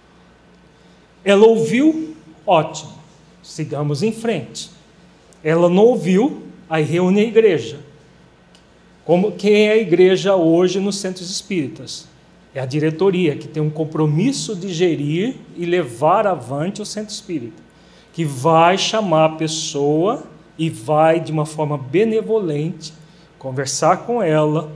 Ela ouviu? Ótimo. Sigamos em frente. Ela não ouviu? Aí reúne a igreja. Quem é a igreja hoje nos centros espíritas? É a diretoria, que tem um compromisso de gerir e levar avante o centro espírita, que vai chamar a pessoa e vai, de uma forma benevolente, conversar com ela,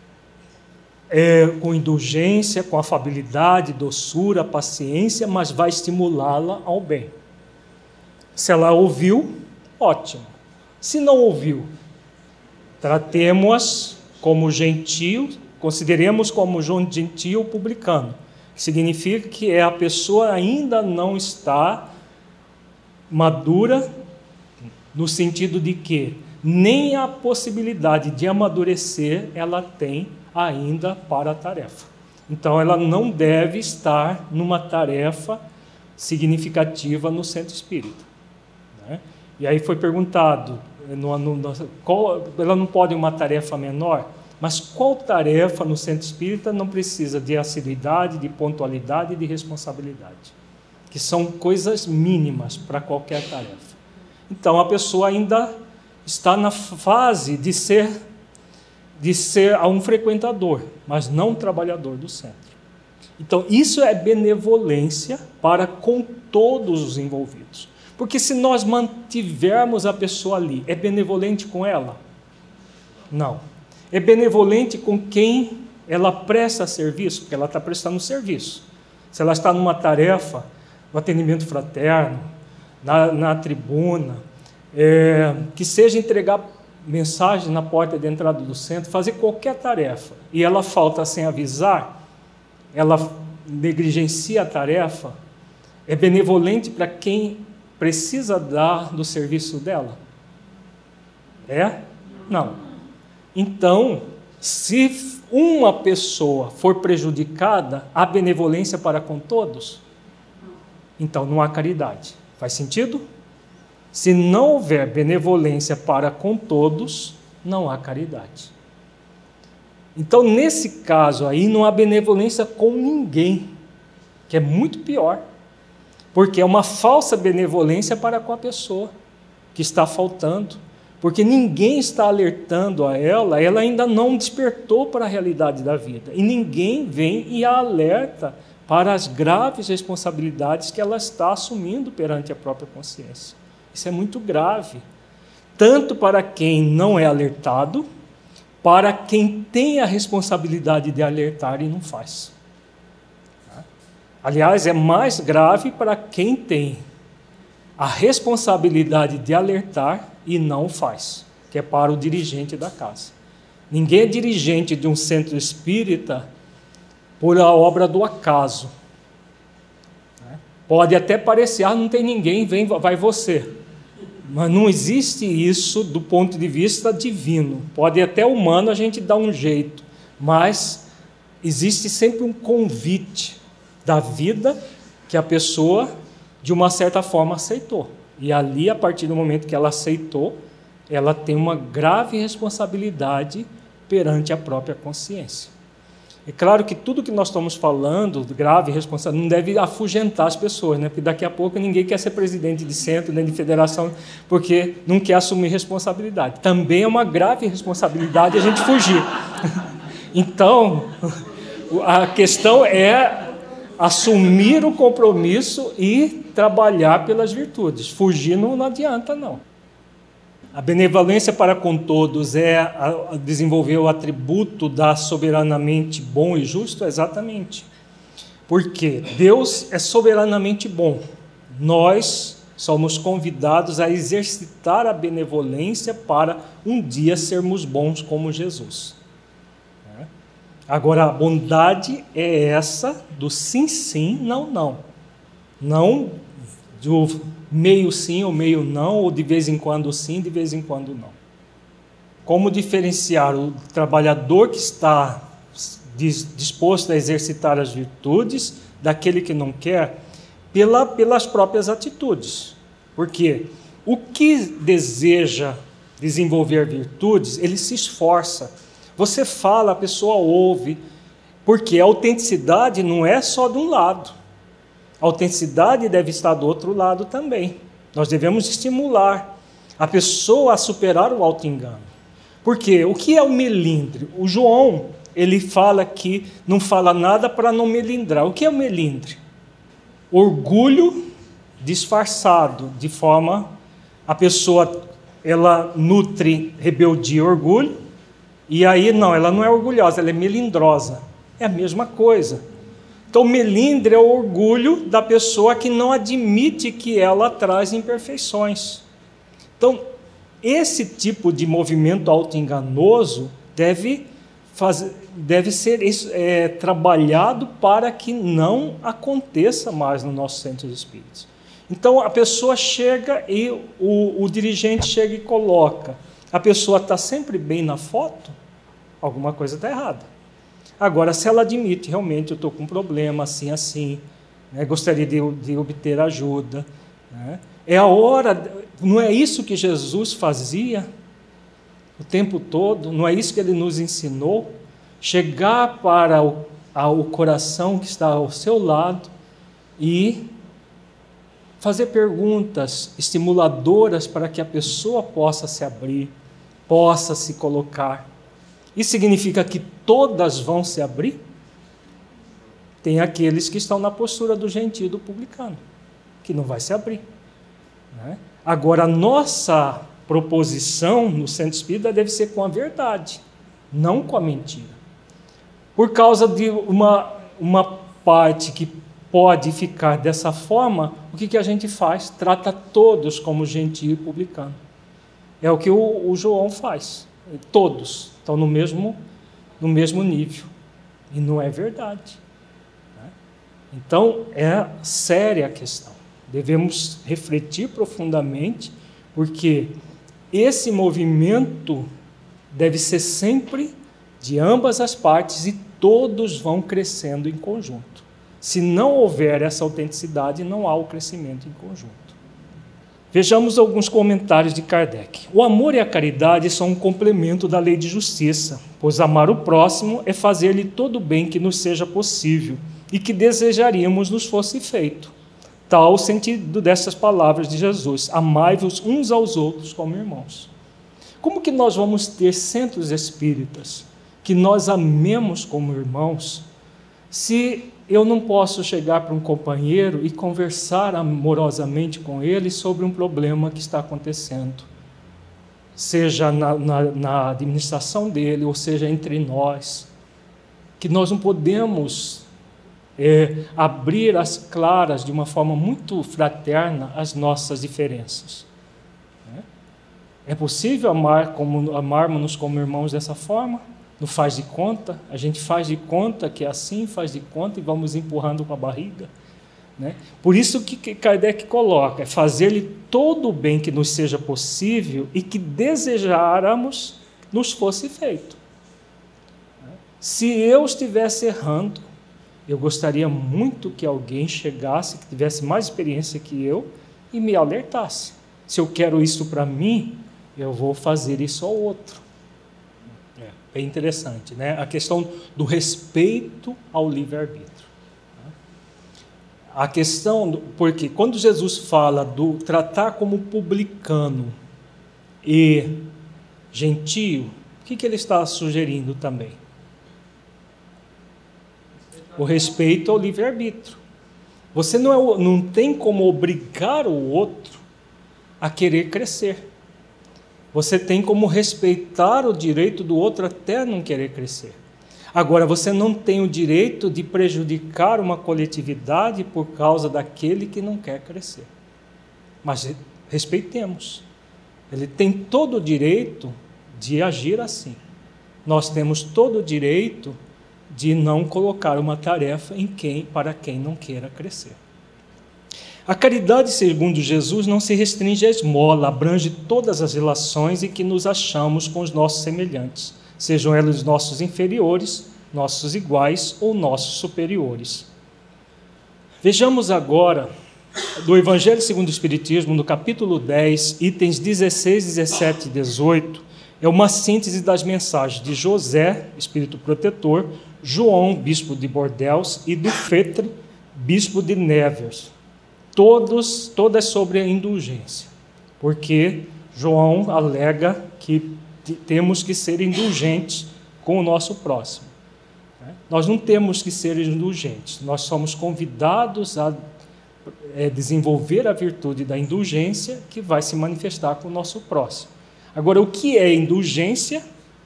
com indulgência, com afabilidade, doçura, paciência, mas vai estimulá-la ao bem. Se ela ouviu, ótimo. Se não ouviu, tratemos-a como gentio, consideremos como gentio publicano, que significa que a pessoa ainda não está madura, no sentido de que nem a possibilidade de amadurecer ela tem ainda para a tarefa. Então, ela não deve estar numa tarefa significativa no centro espírita, né? E aí foi perguntado, ela não pode uma tarefa menor? Mas qual tarefa no centro espírita não precisa de assiduidade, de pontualidade e de responsabilidade? Que são coisas mínimas para qualquer tarefa. Então, a pessoa ainda está na fase de ser um frequentador, mas não um trabalhador do centro. Então, isso é benevolência para com todos os envolvidos. Porque se nós mantivermos a pessoa ali, é benevolente com ela? Não. É benevolente com quem ela presta serviço, porque ela está prestando serviço. Se ela está numa tarefa, no atendimento fraterno, na tribuna, que seja entregar mensagem na porta de entrada do centro, fazer qualquer tarefa, e ela falta sem avisar, ela negligencia a tarefa, é benevolente para quem precisa dar do serviço dela? Não. Então, se uma pessoa for prejudicada, há benevolência para com todos? Então, não há caridade. Faz sentido? Se não houver benevolência para com todos, não há caridade. Então, nesse caso aí, não há benevolência com ninguém, que é muito pior, porque é uma falsa benevolência para com a pessoa que está faltando, porque ninguém está alertando a ela ainda não despertou para a realidade da vida, e ninguém vem e a alerta para as graves responsabilidades que ela está assumindo perante a própria consciência. Isso é muito grave, tanto para quem não é alertado, para quem tem a responsabilidade de alertar e não faz. Aliás, é mais grave para quem tem a responsabilidade de alertar e não faz, que é para o dirigente da casa. Ninguém é dirigente de um centro espírita por a obra do acaso. Pode até parecer, não tem ninguém, vai você. Mas não existe isso do ponto de vista divino. Pode até humano a gente dar um jeito, mas existe sempre um convite da vida que a pessoa, de uma certa forma, aceitou. E ali, a partir do momento que ela aceitou, ela tem uma grave responsabilidade perante a própria consciência. É claro que tudo que nós estamos falando, grave responsabilidade, não deve afugentar as pessoas, né? Porque daqui a pouco ninguém quer ser presidente de centro, nem de federação, porque não quer assumir responsabilidade. Também é uma grave responsabilidade a gente fugir. Então, a questão é assumir o compromisso e trabalhar pelas virtudes. Fugir não adianta, não. A benevolência para com todos é desenvolver o atributo da soberanamente bom e justo? Exatamente. Porque Deus é soberanamente bom. Nós somos convidados a exercitar a benevolência para um dia sermos bons como Jesus. Agora, a bondade é essa do sim, sim, não, não. Não do meio sim ou meio não, ou de vez em quando sim, de vez em quando não. Como diferenciar o trabalhador que está disposto a exercitar as virtudes daquele que não quer? Pelas próprias atitudes. Porque o que deseja desenvolver virtudes, ele se esforça. Você fala, a pessoa ouve, porque a autenticidade não é só de um lado. A autenticidade deve estar do outro lado também. Nós devemos estimular a pessoa a superar o auto-engano. Porque o que é o melindre? O João, ele fala que não fala nada para não melindrar. O que é o melindre? Orgulho disfarçado, de forma a pessoa ela nutre rebeldia e orgulho, E aí, não, ela não é orgulhosa, ela é melindrosa. É a mesma coisa. Então, melindre é o orgulho da pessoa que não admite que ela traz imperfeições. Então, esse tipo de movimento auto-enganoso deve ser trabalhado para que não aconteça mais no nosso centro de espíritos. Então, a pessoa chega e o dirigente chega e coloca. A pessoa está sempre bem na foto, alguma coisa está errada. Agora, se ela admite, realmente, eu estou com um problema, assim, né, gostaria de obter ajuda, né, é a hora, não é isso que Jesus fazia o tempo todo, não é isso que ele nos ensinou? Chegar para o coração que está ao seu lado e fazer perguntas estimuladoras para que a pessoa possa se abrir, possa se colocar. Isso significa que todas vão se abrir? Tem aqueles que estão na postura do gentio, do publicano, que não vai se abrir, né? Agora, a nossa proposição no centro espírita deve ser com a verdade, não com a mentira. Por causa de uma parte que pode ficar dessa forma, o que a gente faz? Trata todos como gentio e publicano. É o que o João faz. Todos estão no mesmo nível. E não é verdade, né? Então, é séria a questão. Devemos refletir profundamente, porque esse movimento deve ser sempre de ambas as partes e todos vão crescendo em conjunto. Se não houver essa autenticidade, não há o crescimento em conjunto. Vejamos alguns comentários de Kardec. O amor e a caridade são um complemento da lei de justiça, pois amar o próximo é fazer-lhe todo o bem que nos seja possível e que desejaríamos nos fosse feito. Tal o sentido dessas palavras de Jesus: amai-vos uns aos outros como irmãos. Como que nós vamos ter centros espíritas que nós amemos como irmãos, se eu não posso chegar para um companheiro e conversar amorosamente com ele sobre um problema que está acontecendo, seja na administração dele, ou seja, entre nós, que nós não podemos abrir as claras de uma forma muito fraterna as nossas diferenças. É possível amarmos-nos como irmãos dessa forma? Não faz de conta? A gente faz de conta que é assim, faz de conta e vamos empurrando com a barriga, né? Por isso que Kardec coloca, é fazer-lhe todo o bem que nos seja possível e que desejáramos nos fosse feito. Se eu estivesse errando, eu gostaria muito que alguém chegasse, que tivesse mais experiência que eu e me alertasse. Se eu quero isso para mim, eu vou fazer isso ao outro. É interessante, né? A questão do respeito ao livre-arbítrio. A questão, porque quando Jesus fala do tratar como publicano e gentio, o que ele está sugerindo também? O respeito ao livre-arbítrio. Você não tem como obrigar o outro a querer crescer. Você tem como respeitar o direito do outro até não querer crescer. Agora, você não tem o direito de prejudicar uma coletividade por causa daquele que não quer crescer. Mas respeitemos. Ele tem todo o direito de agir assim. Nós temos todo o direito de não colocar uma tarefa para quem não queira crescer. A caridade, segundo Jesus, não se restringe à esmola, abrange todas as relações em que nos achamos com os nossos semelhantes, sejam eles nossos inferiores, nossos iguais ou nossos superiores. Vejamos agora do Evangelho segundo o Espiritismo, no capítulo 10, itens 16, 17 e 18, é uma síntese das mensagens de José, espírito protetor, João, bispo de Bordeaux, e do Fetre, bispo de Nevers. Todas sobre a indulgência, porque João alega que temos que ser indulgentes com o nosso próximo. Nós não temos que ser indulgentes, nós somos convidados a desenvolver a virtude da indulgência que vai se manifestar com o nosso próximo. Agora, o que é indulgência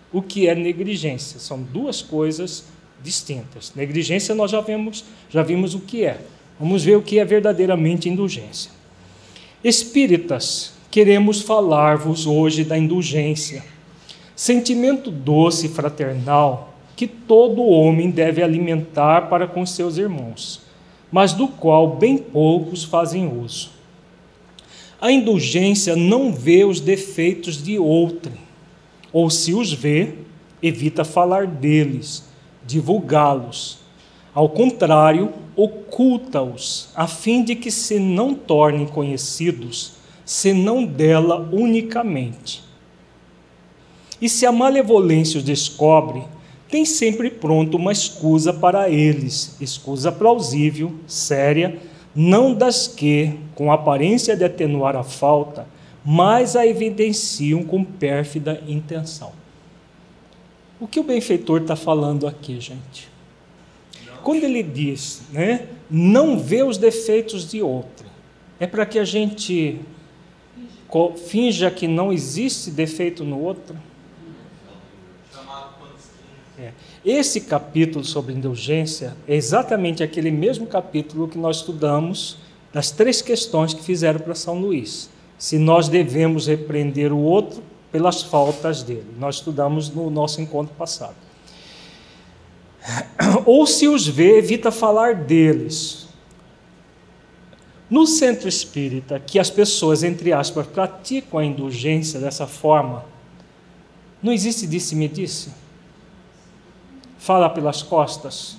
o que é negligência. São duas coisas distintas. Negligência nós já vimos o que é. Vamos ver o que é verdadeiramente indulgência. Espíritas, queremos falar-vos hoje da indulgência, sentimento doce e fraternal que todo homem deve alimentar para com seus irmãos, mas do qual bem poucos fazem uso. A indulgência não vê os defeitos de outrem, ou se os vê, evita falar deles, divulgá-los. Ao contrário, oculta-os, a fim de que se não tornem conhecidos, senão dela unicamente. E se a malevolência os descobre, tem sempre pronto uma escusa para eles, escusa plausível, séria, não das que, com aparência de atenuar a falta, mas a evidenciam com pérfida intenção. O que o benfeitor está falando aqui, gente? Quando ele diz, não vê os defeitos de outro, é para que a gente finja que não existe defeito no outro? Esse capítulo sobre indulgência é exatamente aquele mesmo capítulo que nós estudamos das 3 questões que fizeram para São Luís. Se nós devemos repreender o outro pelas faltas dele. Nós estudamos no nosso encontro passado. Ou se os vê, evita falar deles. No centro espírita, que as pessoas, entre aspas, praticam a indulgência dessa forma, não existe disse-me-disse. Fala pelas costas.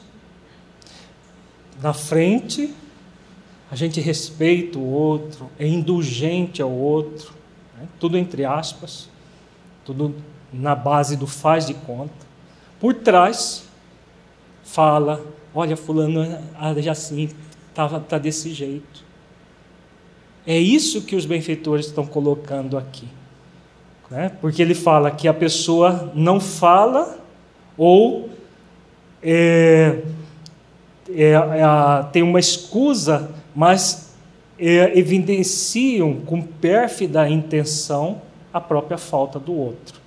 Na frente, a gente respeita o outro, é indulgente ao outro, tudo entre aspas, tudo na base do faz de conta. Por trás, fala, olha, fulano já assim, tá desse jeito. É isso que os benfeitores estão colocando aqui. Porque ele fala que a pessoa não fala ou tem uma escusa, mas evidenciam com pérfida intenção a própria falta do outro.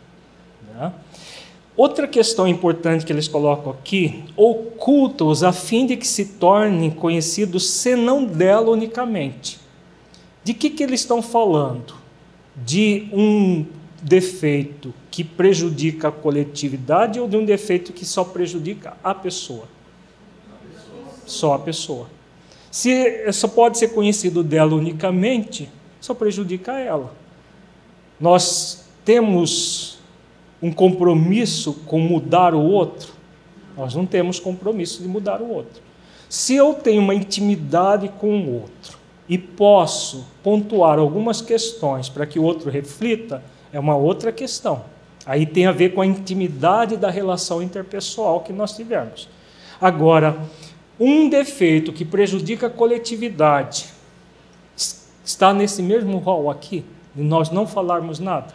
Outra questão importante que eles colocam aqui, oculta-os a fim de que se tornem conhecidos senão dela unicamente. De que eles estão falando? De um defeito que prejudica a coletividade ou de um defeito que só prejudica a pessoa? Só a pessoa. Se só pode ser conhecido dela unicamente, só prejudica ela. Nós temos um compromisso com mudar o outro? Nós não temos compromisso de mudar o outro. Se eu tenho uma intimidade com o outro e posso pontuar algumas questões para que o outro reflita, é uma outra questão. Aí tem a ver com a intimidade da relação interpessoal que nós tivemos. Agora, um defeito que prejudica a coletividade está nesse mesmo rol aqui, de nós não falarmos nada.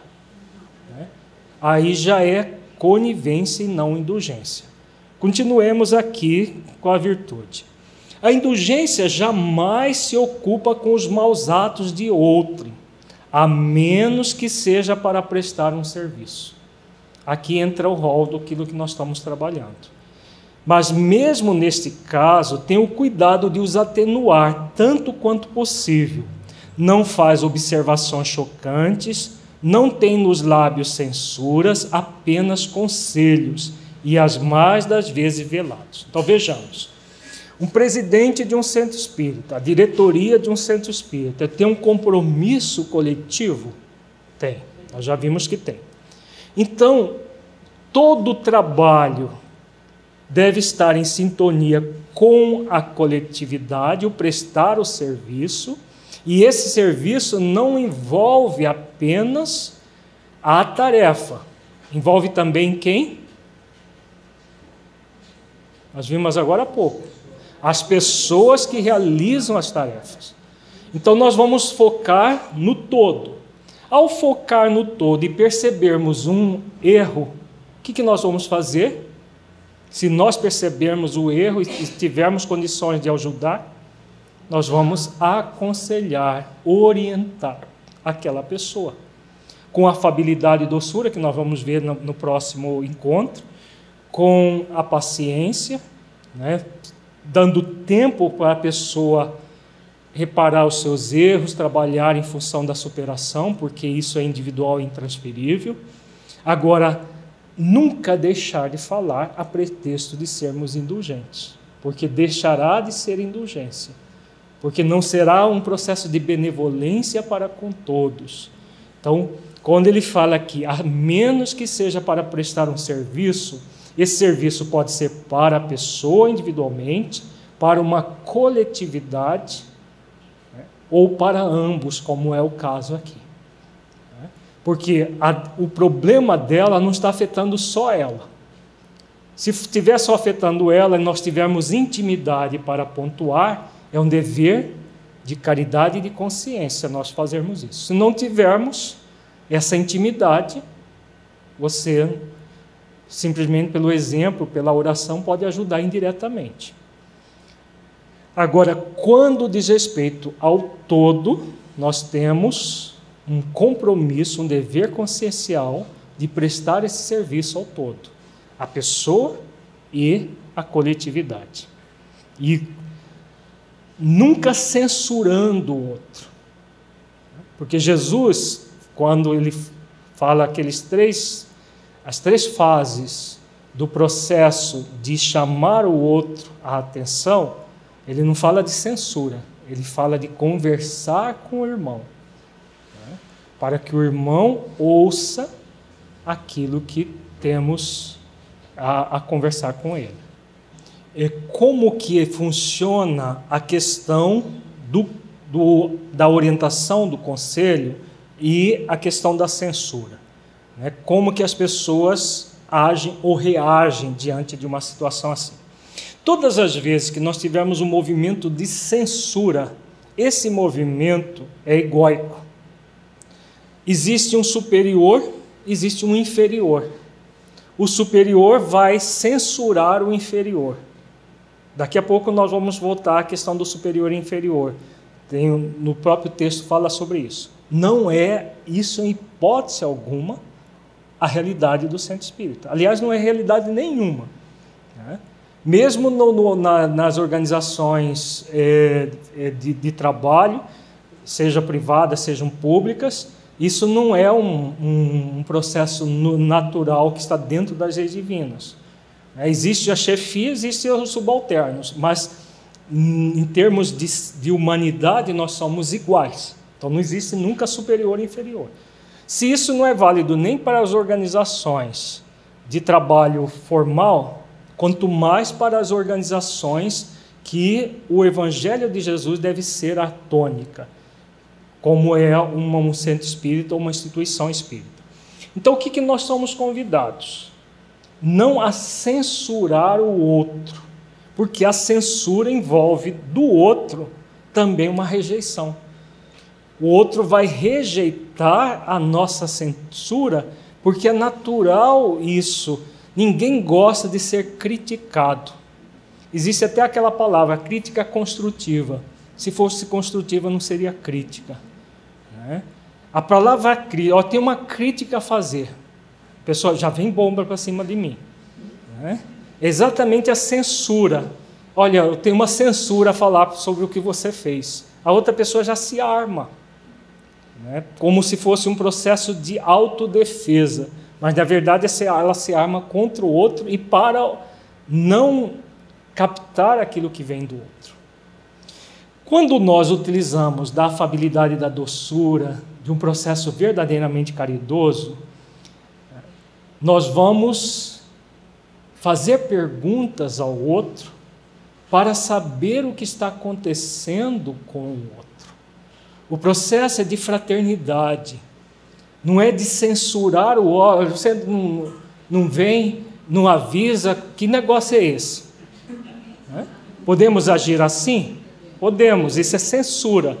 Aí já é conivência e não indulgência. Continuemos aqui com a virtude. A indulgência jamais se ocupa com os maus atos de outrem, a menos que seja para prestar um serviço. Aqui entra o rol daquilo que nós estamos trabalhando. Mas mesmo neste caso, tem o cuidado de os atenuar tanto quanto possível. Não faz observações chocantes, não tem nos lábios censuras, apenas conselhos, e as mais das vezes velados. Então vejamos, um presidente de um centro espírita, a diretoria de um centro espírita, tem um compromisso coletivo? Tem, nós já vimos que tem. Então, todo o trabalho deve estar em sintonia com a coletividade, o prestar o serviço, e esse serviço não envolve apenas a tarefa, envolve também quem? Nós vimos agora há pouco, as pessoas que realizam as tarefas. Então nós vamos focar no todo. Ao focar no todo e percebermos um erro, o que nós vamos fazer? Se nós percebermos o erro e tivermos condições de ajudar, nós vamos aconselhar, orientar aquela pessoa. com afabilidade e doçura, que nós vamos ver no próximo encontro, com a paciência, né? Dando tempo para a pessoa reparar os seus erros, trabalhar em função da superação, porque isso é individual e intransferível. Agora, nunca deixar de falar a pretexto de sermos indulgentes, porque deixará de ser indulgência, porque não será um processo de benevolência para com todos. Então, quando ele fala aqui, a menos que seja para prestar um serviço, esse serviço pode ser para a pessoa individualmente, para uma coletividade, né, ou para ambos, como é o caso aqui. Porque o problema dela não está afetando só ela. Se estiver só afetando ela e nós tivermos intimidade para pontuar, é um dever de caridade e de consciência nós fazermos isso. Se não tivermos essa intimidade, você, simplesmente pelo exemplo, pela oração, pode ajudar indiretamente. Agora, quando diz respeito ao todo, nós temos um compromisso, um dever consciencial de prestar esse serviço ao todo, a pessoa e a coletividade. E nunca censurando o outro. Porque Jesus, quando ele fala as três fases do processo de chamar o outro à atenção, ele não fala de censura, ele fala de conversar com o irmão, né, para que o irmão ouça aquilo que temos a conversar com ele. E como que funciona a questão da orientação do conselho e a questão da censura, né? Como que as pessoas agem ou reagem diante de uma situação assim. Todas as vezes que nós tivermos um movimento de censura, esse movimento é egóico. Existe um superior, existe um inferior. O superior vai censurar o inferior. Daqui a pouco nós vamos voltar à questão do superior e inferior. No próprio texto fala sobre isso. Não é isso, em hipótese alguma, a realidade do centro espírita. Aliás, não é realidade nenhuma, né? Mesmo nas organizações de trabalho, seja privadas, sejam públicas, isso não é um processo natural que está dentro das leis divinas. Existe a chefia, existem os subalternos, mas em termos de humanidade nós somos iguais. Então não existe nunca superior e inferior. Se isso não é válido nem para as organizações de trabalho formal, quanto mais para as organizações que o Evangelho de Jesus deve ser a tônica, como é um centro espírita ou uma instituição espírita. Então o que nós somos convidados? Não a censurar o outro, porque a censura envolve do outro também uma rejeição. O outro vai rejeitar a nossa censura, porque é natural isso. Ninguém gosta de ser criticado. Existe até aquela palavra, crítica construtiva. Se fosse construtiva, não seria crítica, né? A palavra crítica, tem uma crítica a fazer. A pessoa já vem bomba para cima de mim, né? Exatamente a censura. Olha, eu tenho uma censura a falar sobre o que você fez. A outra pessoa já se arma, né? Como se fosse um processo de autodefesa. Mas, na verdade, ela se arma contra o outro e para não captar aquilo que vem do outro. Quando nós utilizamos da afabilidade e da doçura, de um processo verdadeiramente caridoso, nós vamos fazer perguntas ao outro para saber o que está acontecendo com o outro. O processo é de fraternidade, não é de censurar o outro. Você não vem, não avisa, que negócio é esse? Podemos agir assim? Podemos, isso é censura.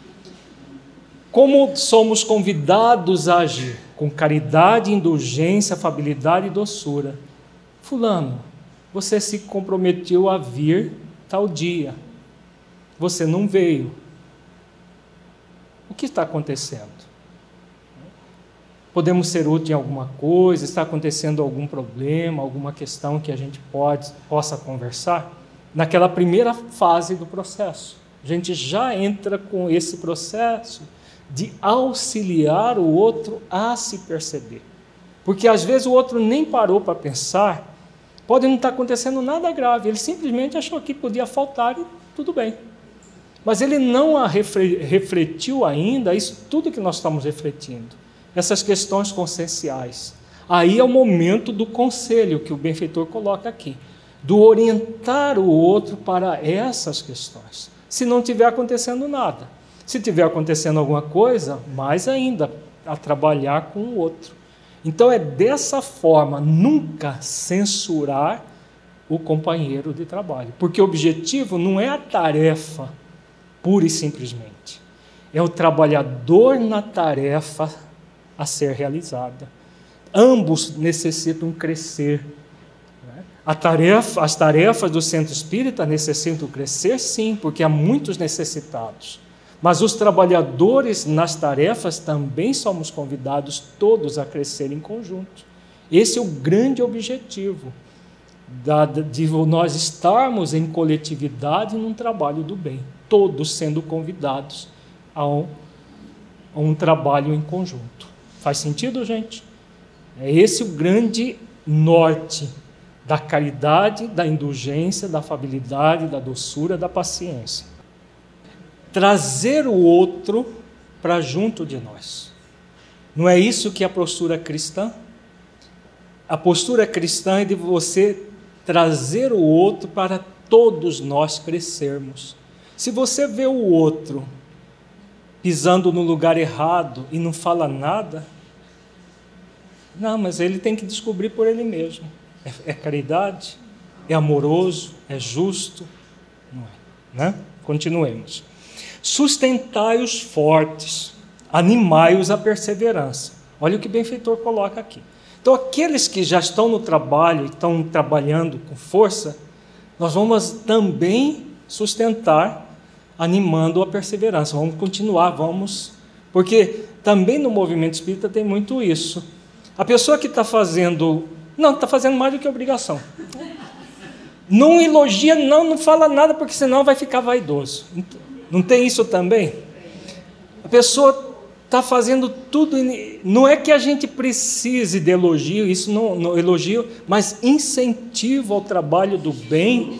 Como somos convidados a agir? Com caridade, indulgência, afabilidade e doçura. Fulano, você se comprometeu a vir tal dia. Você não veio. O que está acontecendo? podemos ser úteis em alguma coisa, está acontecendo algum problema, alguma questão que a gente possa conversar. Naquela primeira fase do processo, a gente já entra com esse processo de auxiliar o outro a se perceber. Porque às vezes o outro nem parou para pensar, pode não estar acontecendo nada grave, ele simplesmente achou que podia faltar e tudo bem. Mas ele não refletiu ainda isso tudo que nós estamos refletindo, essas questões conscienciais. Aí é o momento do conselho que o benfeitor coloca aqui, do orientar o outro para essas questões. Se não estiver acontecendo nada, se estiver acontecendo alguma coisa, mais ainda, a trabalhar com o outro. Então é dessa forma, nunca censurar o companheiro de trabalho, porque o objetivo não é a tarefa, pura e simplesmente, é o trabalhador na tarefa a ser realizada. Ambos necessitam crescer. As tarefas do centro espírita necessitam crescer, sim, porque há muitos necessitados. Mas os trabalhadores nas tarefas também somos convidados todos a crescer em conjunto. Esse é o grande objetivo de nós estarmos em coletividade num trabalho do bem, todos sendo convidados a um trabalho em conjunto. Faz sentido, gente? É esse o grande norte da caridade, da indulgência, da afabilidade, da doçura, da paciência. Trazer o outro para junto de nós. Não é isso que é a postura cristã? A postura cristã é de você trazer o outro para todos nós crescermos. Se você vê o outro pisando no lugar errado e não fala nada, não, mas ele tem que descobrir por ele mesmo. É caridade? É amoroso? É justo? Não é, né? Continuemos. Sustentai os fortes, animai-os à perseverança. Olha o que o benfeitor coloca aqui. Então, aqueles que já estão no trabalho, estão trabalhando com força, nós vamos também sustentar, animando a perseverança. Vamos continuar, porque também no movimento espírita tem muito isso. A pessoa que está fazendo mais do que obrigação. Não elogia, não fala nada, porque senão vai ficar vaidoso. Não tem isso também? A pessoa está fazendo tudo, não é que a gente precise de elogio, isso não elogio, mas incentivo ao trabalho do bem.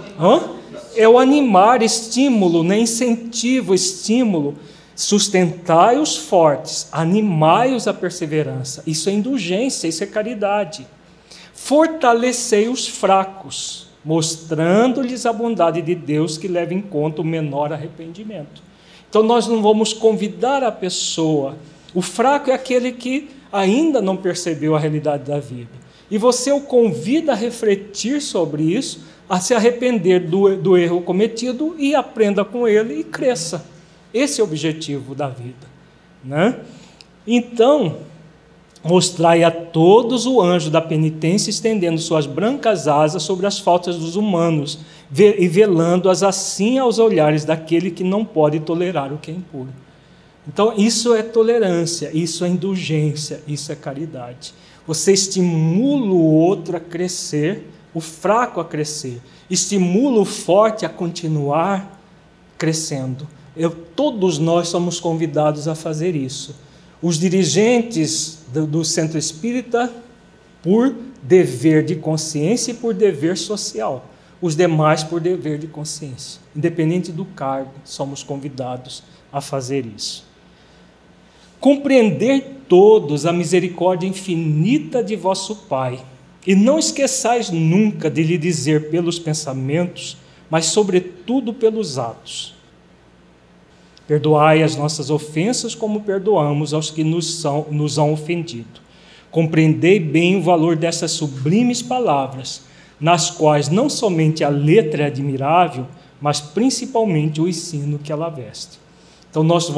É o animar, estímulo, né? Incentivo, estímulo. Sustentai os fortes, animai-os à perseverança. Isso é indulgência, isso é caridade. Fortalecei os fracos, mostrando-lhes a bondade de Deus que leva em conta o menor arrependimento. Então nós não vamos convidar a pessoa. O fraco é aquele que ainda não percebeu a realidade da vida. E você o convida a refletir sobre isso, a se arrepender do erro cometido e aprenda com ele e cresça. Esse é o objetivo da vida, né? Então, mostrai a todos o anjo da penitência estendendo suas brancas asas sobre as faltas dos humanos e velando-as assim aos olhares daquele que não pode tolerar o que é impuro. Então, isso é tolerância, isso é indulgência, isso é caridade. Você estimula o outro a crescer, o fraco a crescer, estimula o forte a continuar crescendo. Todos nós somos convidados a fazer isso. Os dirigentes do centro espírita, por dever de consciência e por dever social. Os demais, por dever de consciência. Independente do cargo, somos convidados a fazer isso. Compreender todos a misericórdia infinita de vosso Pai, e não esqueçais nunca de lhe dizer pelos pensamentos, mas sobretudo pelos atos. Perdoai as nossas ofensas como perdoamos aos que nos hão ofendido. Compreendei bem o valor dessas sublimes palavras, nas quais não somente a letra é admirável, mas principalmente o ensino que ela veste. Então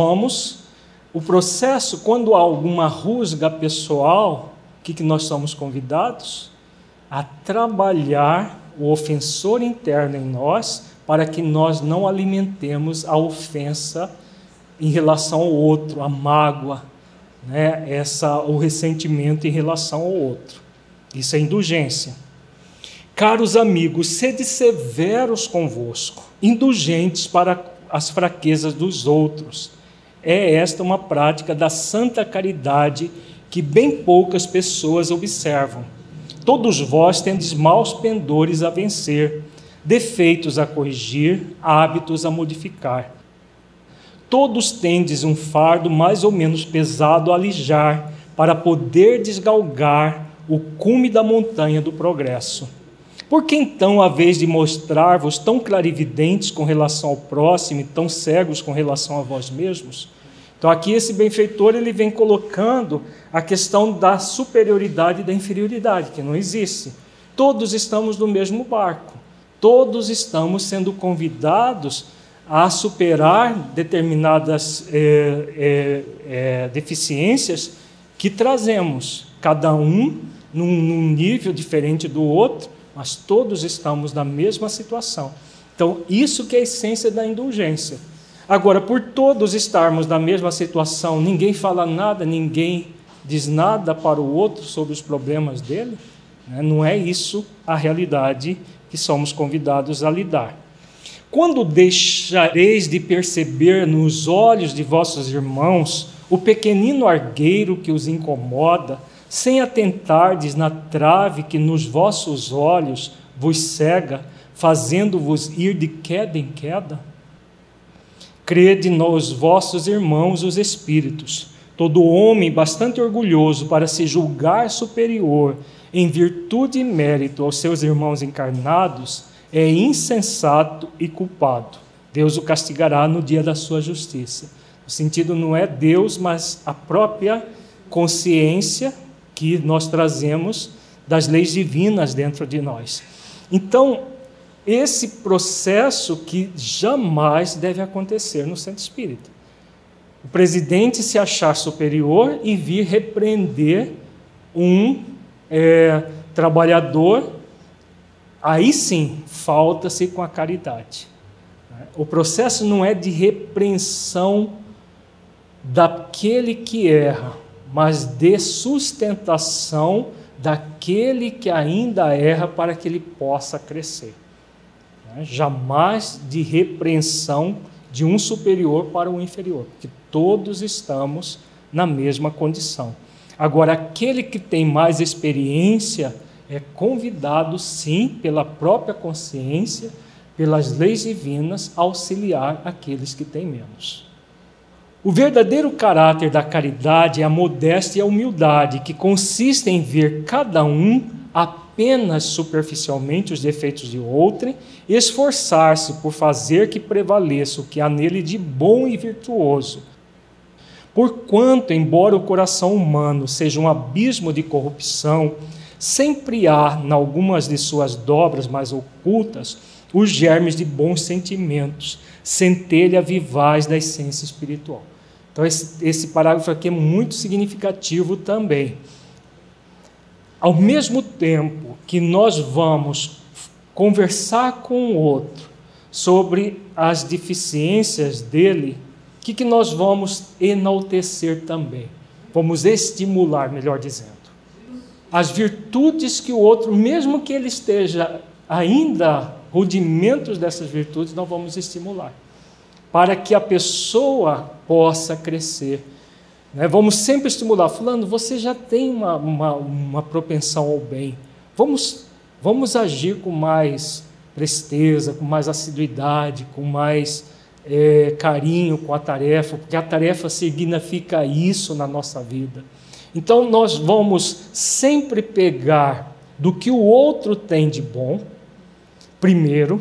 o processo, quando há alguma rusga pessoal, o que nós somos convidados? A trabalhar o ofensor interno em nós, para que nós não alimentemos a ofensa em relação ao outro, a mágoa, né, o ressentimento em relação ao outro. Isso é indulgência. Caros amigos, sede severos convosco, indulgentes para as fraquezas dos outros. É esta uma prática da santa caridade que bem poucas pessoas observam. Todos vós tendes maus pendores a vencer, defeitos a corrigir, hábitos a modificar. Todos tendes um fardo mais ou menos pesado a alijar, para poder desgalgar o cume da montanha do progresso. Por que então, a vez de mostrar-vos tão clarividentes com relação ao próximo e tão cegos com relação a vós mesmos? Então aqui esse benfeitor ele vem colocando a questão da superioridade e da inferioridade, que não existe. Todos estamos no mesmo barco, todos estamos sendo convidados a superar determinadas deficiências que trazemos, cada um num nível diferente do outro, mas todos estamos na mesma situação. Então, isso que é a essência da indulgência. Agora, por todos estarmos na mesma situação, ninguém fala nada, ninguém diz nada para o outro sobre os problemas dele, né? Não é isso a realidade que somos convidados a lidar. Quando deixareis de perceber nos olhos de vossos irmãos o pequenino argueiro que os incomoda, sem atentardes na trave que nos vossos olhos vos cega, fazendo-vos ir de queda em queda? Crede nos vossos irmãos os espíritos. Todo homem bastante orgulhoso para se julgar superior em virtude e mérito aos seus irmãos encarnados é insensato e culpado. Deus o castigará no dia da sua justiça. O sentido não é Deus, mas a própria consciência que nós trazemos das leis divinas dentro de nós. Então, esse processo que jamais deve acontecer no centro espírita. O presidente se achar superior e vir repreender um trabalhador, aí sim, falta-se com a caridade. O processo não é de repreensão daquele que erra, mas de sustentação daquele que ainda erra para que ele possa crescer. Jamais de repreensão de um superior para o inferior, porque todos estamos na mesma condição. Agora, aquele que tem mais experiência é convidado, sim, pela própria consciência, pelas leis divinas, a auxiliar aqueles que têm menos. O verdadeiro caráter da caridade é a modéstia e a humildade, que consiste em ver cada um apenas superficialmente os defeitos de outrem e esforçar-se por fazer que prevaleça o que há nele de bom e virtuoso. Porquanto, embora o coração humano seja um abismo de corrupção, sempre há, em algumas de suas dobras mais ocultas, os germes de bons sentimentos, centelha vivaz da essência espiritual. Então, esse parágrafo aqui é muito significativo também. Ao mesmo tempo que nós vamos conversar com o outro sobre as deficiências dele, o que nós vamos enaltecer também? Vamos estimular, melhor dizendo. As virtudes que o outro, mesmo que ele esteja ainda rudimentos dessas virtudes, nós vamos estimular, para que a pessoa possa crescer. Vamos sempre estimular, fulano, você já tem uma propensão ao bem, vamos agir com mais presteza, com mais assiduidade, com mais carinho com a tarefa, porque a tarefa significa isso na nossa vida. Então nós vamos sempre pegar do que o outro tem de bom, primeiro,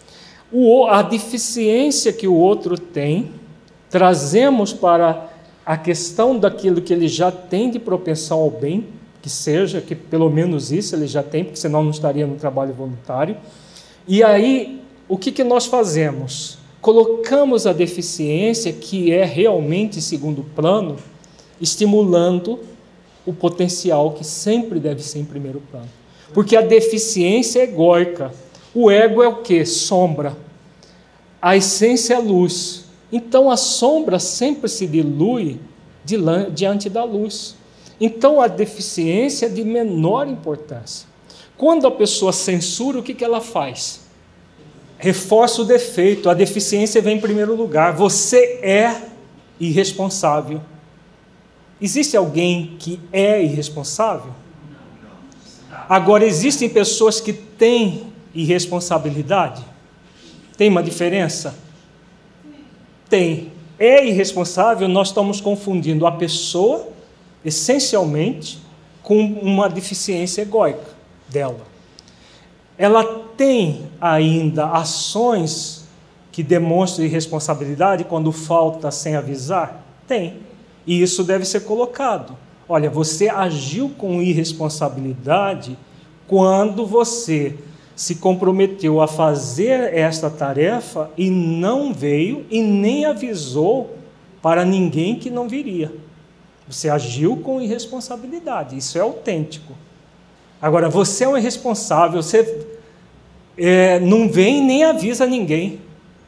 a deficiência que o outro tem, trazemos para a questão daquilo que ele já tem de propensão ao bem, que pelo menos isso ele já tem, porque senão não estaria no trabalho voluntário. E aí, o que nós fazemos? Colocamos a deficiência, que é realmente segundo plano, estimulando o potencial que sempre deve ser em primeiro plano. Porque a deficiência é egóica. O ego é o quê? Sombra. A essência é luz. Então a sombra sempre se dilui diante da luz. Então, a deficiência é de menor importância. Quando a pessoa censura, o que ela faz? Reforça o defeito. A deficiência vem em primeiro lugar. Você é irresponsável. Existe alguém que é irresponsável? Agora, existem pessoas que têm irresponsabilidade? Tem uma diferença? Tem. É irresponsável, nós estamos confundindo a pessoa, essencialmente, com uma deficiência egóica dela. Ela tem ainda ações que demonstram irresponsabilidade quando falta sem avisar? Tem. E isso deve ser colocado. Olha, você agiu com irresponsabilidade quando você se comprometeu a fazer esta tarefa e não veio e nem avisou para ninguém que não viria. Você agiu com irresponsabilidade, isso é autêntico. Agora, você é um irresponsável, você não vem nem avisa ninguém.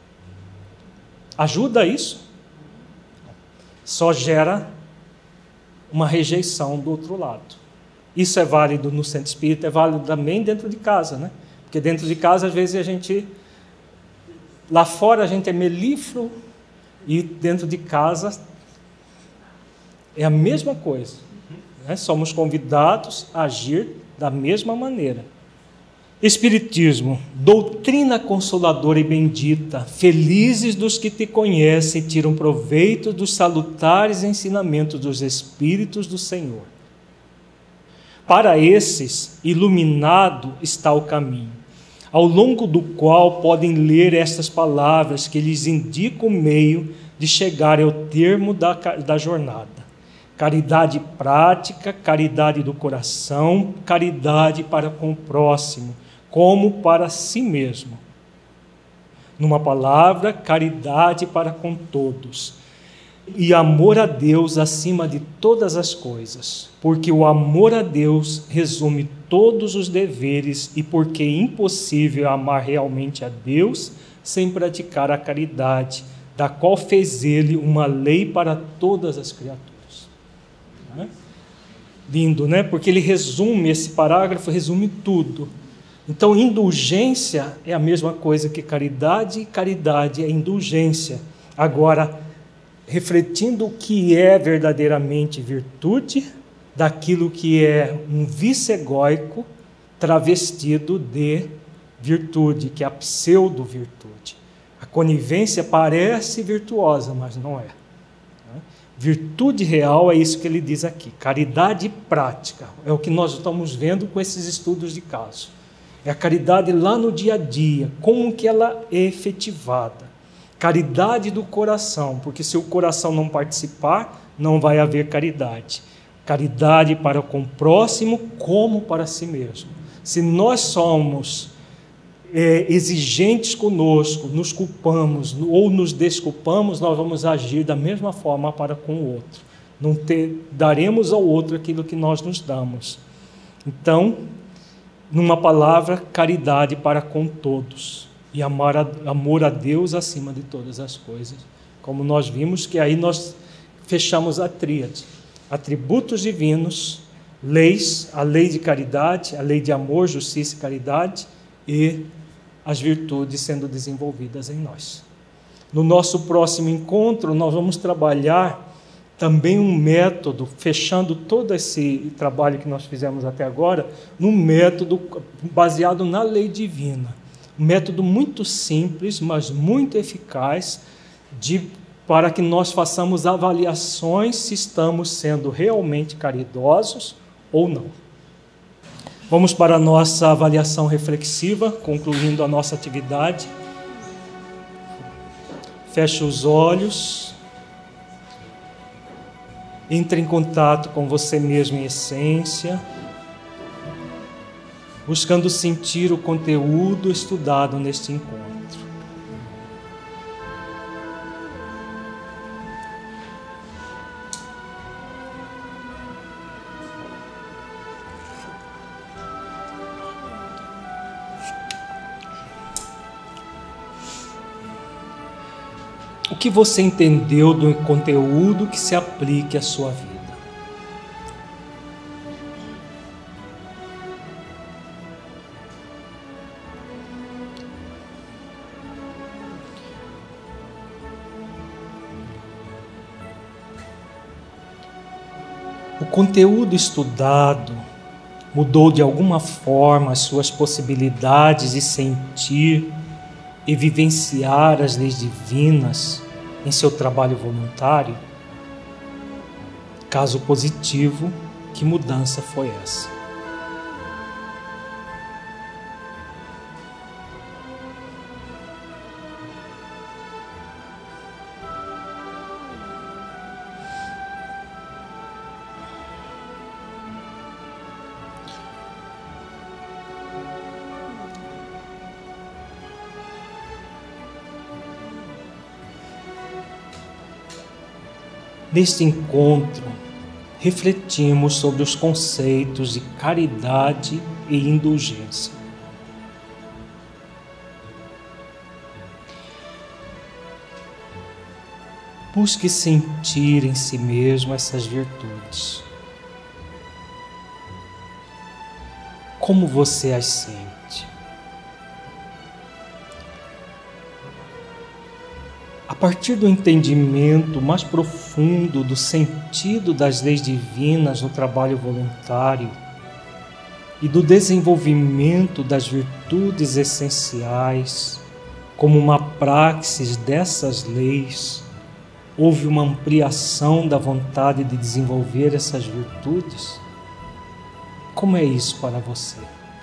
Ajuda isso? Só gera uma rejeição do outro lado. Isso é válido no centro espírita, é válido também dentro de casa, né? Porque dentro de casa, às vezes, lá fora a gente é melífluo e dentro de casa é a mesma coisa. Né? Somos convidados a agir da mesma maneira. Espiritismo, doutrina consoladora e bendita, felizes dos que te conhecem e tiram proveito dos salutares ensinamentos dos Espíritos do Senhor. Para esses, iluminado está o caminho, ao longo do qual podem ler estas palavras que lhes indicam o meio de chegar ao termo da jornada. Caridade prática, caridade do coração, caridade para com o próximo, como para si mesmo. Numa palavra, caridade para com todos. E amor a Deus acima de todas as coisas, porque o amor a Deus resume todos os deveres e porque é impossível amar realmente a Deus sem praticar a caridade, da qual fez Ele uma lei para todas as criaturas. Lindo, né? Porque ele resume, esse parágrafo resume tudo. Então, indulgência é a mesma coisa que caridade, e caridade é indulgência. Agora, refletindo o que é verdadeiramente virtude, daquilo que é um vício egóico travestido de virtude, que é a pseudo-virtude. A conivência parece virtuosa, mas não é. Virtude real é isso que ele diz aqui, caridade prática, é o que nós estamos vendo com esses estudos de caso. É a caridade lá no dia a dia, como que ela é efetivada. Caridade do coração, porque se o coração não participar, não vai haver caridade. Caridade para com o próximo, como para si mesmo. Se nós somos exigentes conosco, nos culpamos ou nos desculpamos, nós vamos agir da mesma forma para com o outro. Daremos ao outro aquilo que nós nos damos. Então, numa palavra, caridade para com todos e amor a Deus acima de todas as coisas. Como nós vimos que aí nós fechamos a tríade. Atributos divinos, leis, a lei de caridade, a lei de amor, justiça e caridade e as virtudes sendo desenvolvidas em nós. No nosso próximo encontro, nós vamos trabalhar também um método, fechando todo esse trabalho que nós fizemos até agora, num método baseado na lei divina. Um método muito simples, mas muito eficaz, para que nós façamos avaliações se estamos sendo realmente caridosos ou não. Vamos para a nossa avaliação reflexiva, concluindo a nossa atividade. Feche os olhos. Entre em contato com você mesmo em essência, buscando sentir o conteúdo estudado neste encontro. O que você entendeu do conteúdo que se aplique à sua vida? O conteúdo estudado mudou de alguma forma as suas possibilidades de sentir e vivenciar as leis divinas em seu trabalho voluntário? Caso positivo, que mudança foi essa? Neste encontro, refletimos sobre os conceitos de caridade e indulgência. Busque sentir em si mesmo essas virtudes. Como você as sente? A partir do entendimento mais profundo do sentido das leis divinas no trabalho voluntário e do desenvolvimento das virtudes essenciais, como uma praxis dessas leis, houve uma ampliação da vontade de desenvolver essas virtudes? Como é isso para você?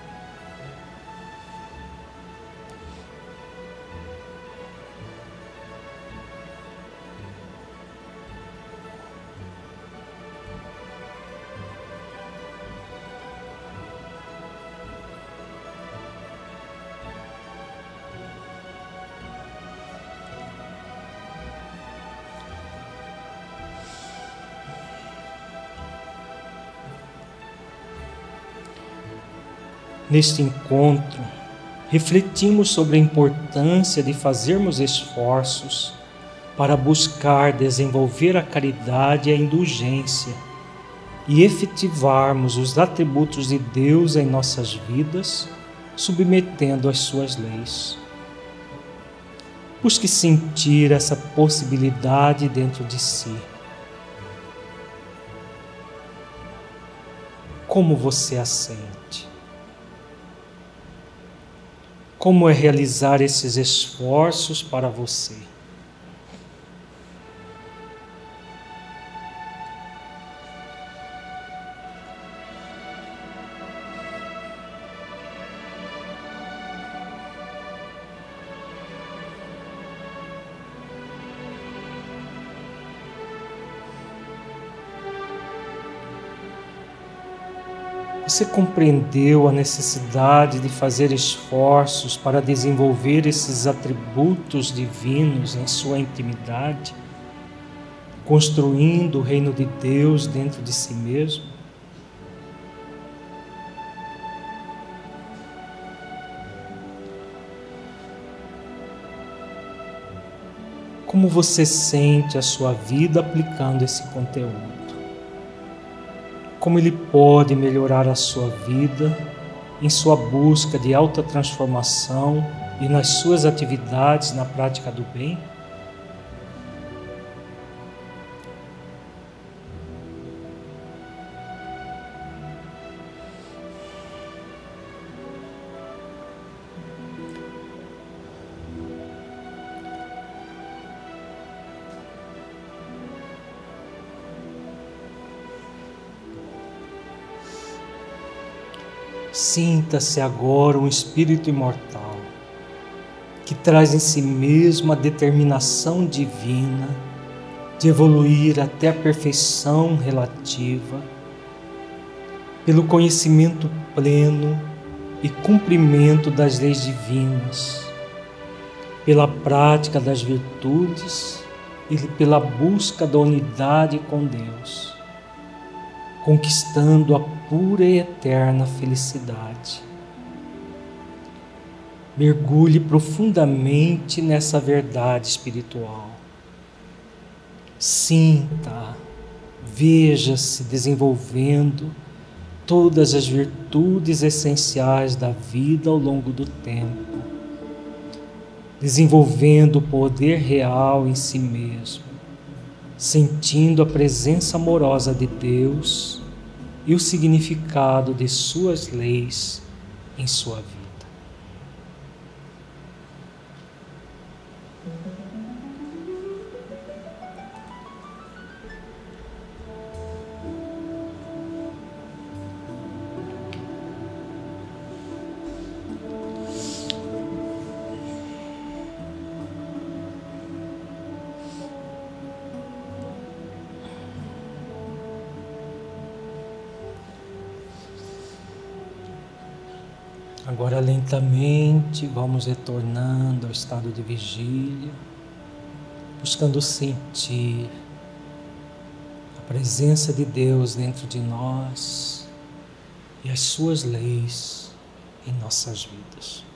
Neste encontro, refletimos sobre a importância de fazermos esforços para buscar desenvolver a caridade e a indulgência e efetivarmos os atributos de Deus em nossas vidas, submetendo às suas leis. Busque sentir essa possibilidade dentro de si. Como você a sente? Como é realizar esses esforços para você? Você compreendeu a necessidade de fazer esforços para desenvolver esses atributos divinos em sua intimidade, construindo o reino de Deus dentro de si mesmo? Como você sente a sua vida aplicando esse conteúdo? Como ele pode melhorar a sua vida em sua busca de alta transformação e nas suas atividades na prática do bem? Sinta-se agora um espírito imortal, que traz em si mesmo a determinação divina de evoluir até a perfeição relativa, pelo conhecimento pleno e cumprimento das leis divinas, pela prática das virtudes e pela busca da unidade com Deus, conquistando a pura e eterna felicidade. Mergulhe profundamente nessa verdade espiritual. Sinta, veja-se desenvolvendo todas as virtudes essenciais da vida ao longo do tempo, desenvolvendo o poder real em si mesmo, sentindo a presença amorosa de Deus e o significado de suas leis em sua vida. Agora lentamente vamos retornando ao estado de vigília, buscando sentir a presença de Deus dentro de nós e as suas leis em nossas vidas.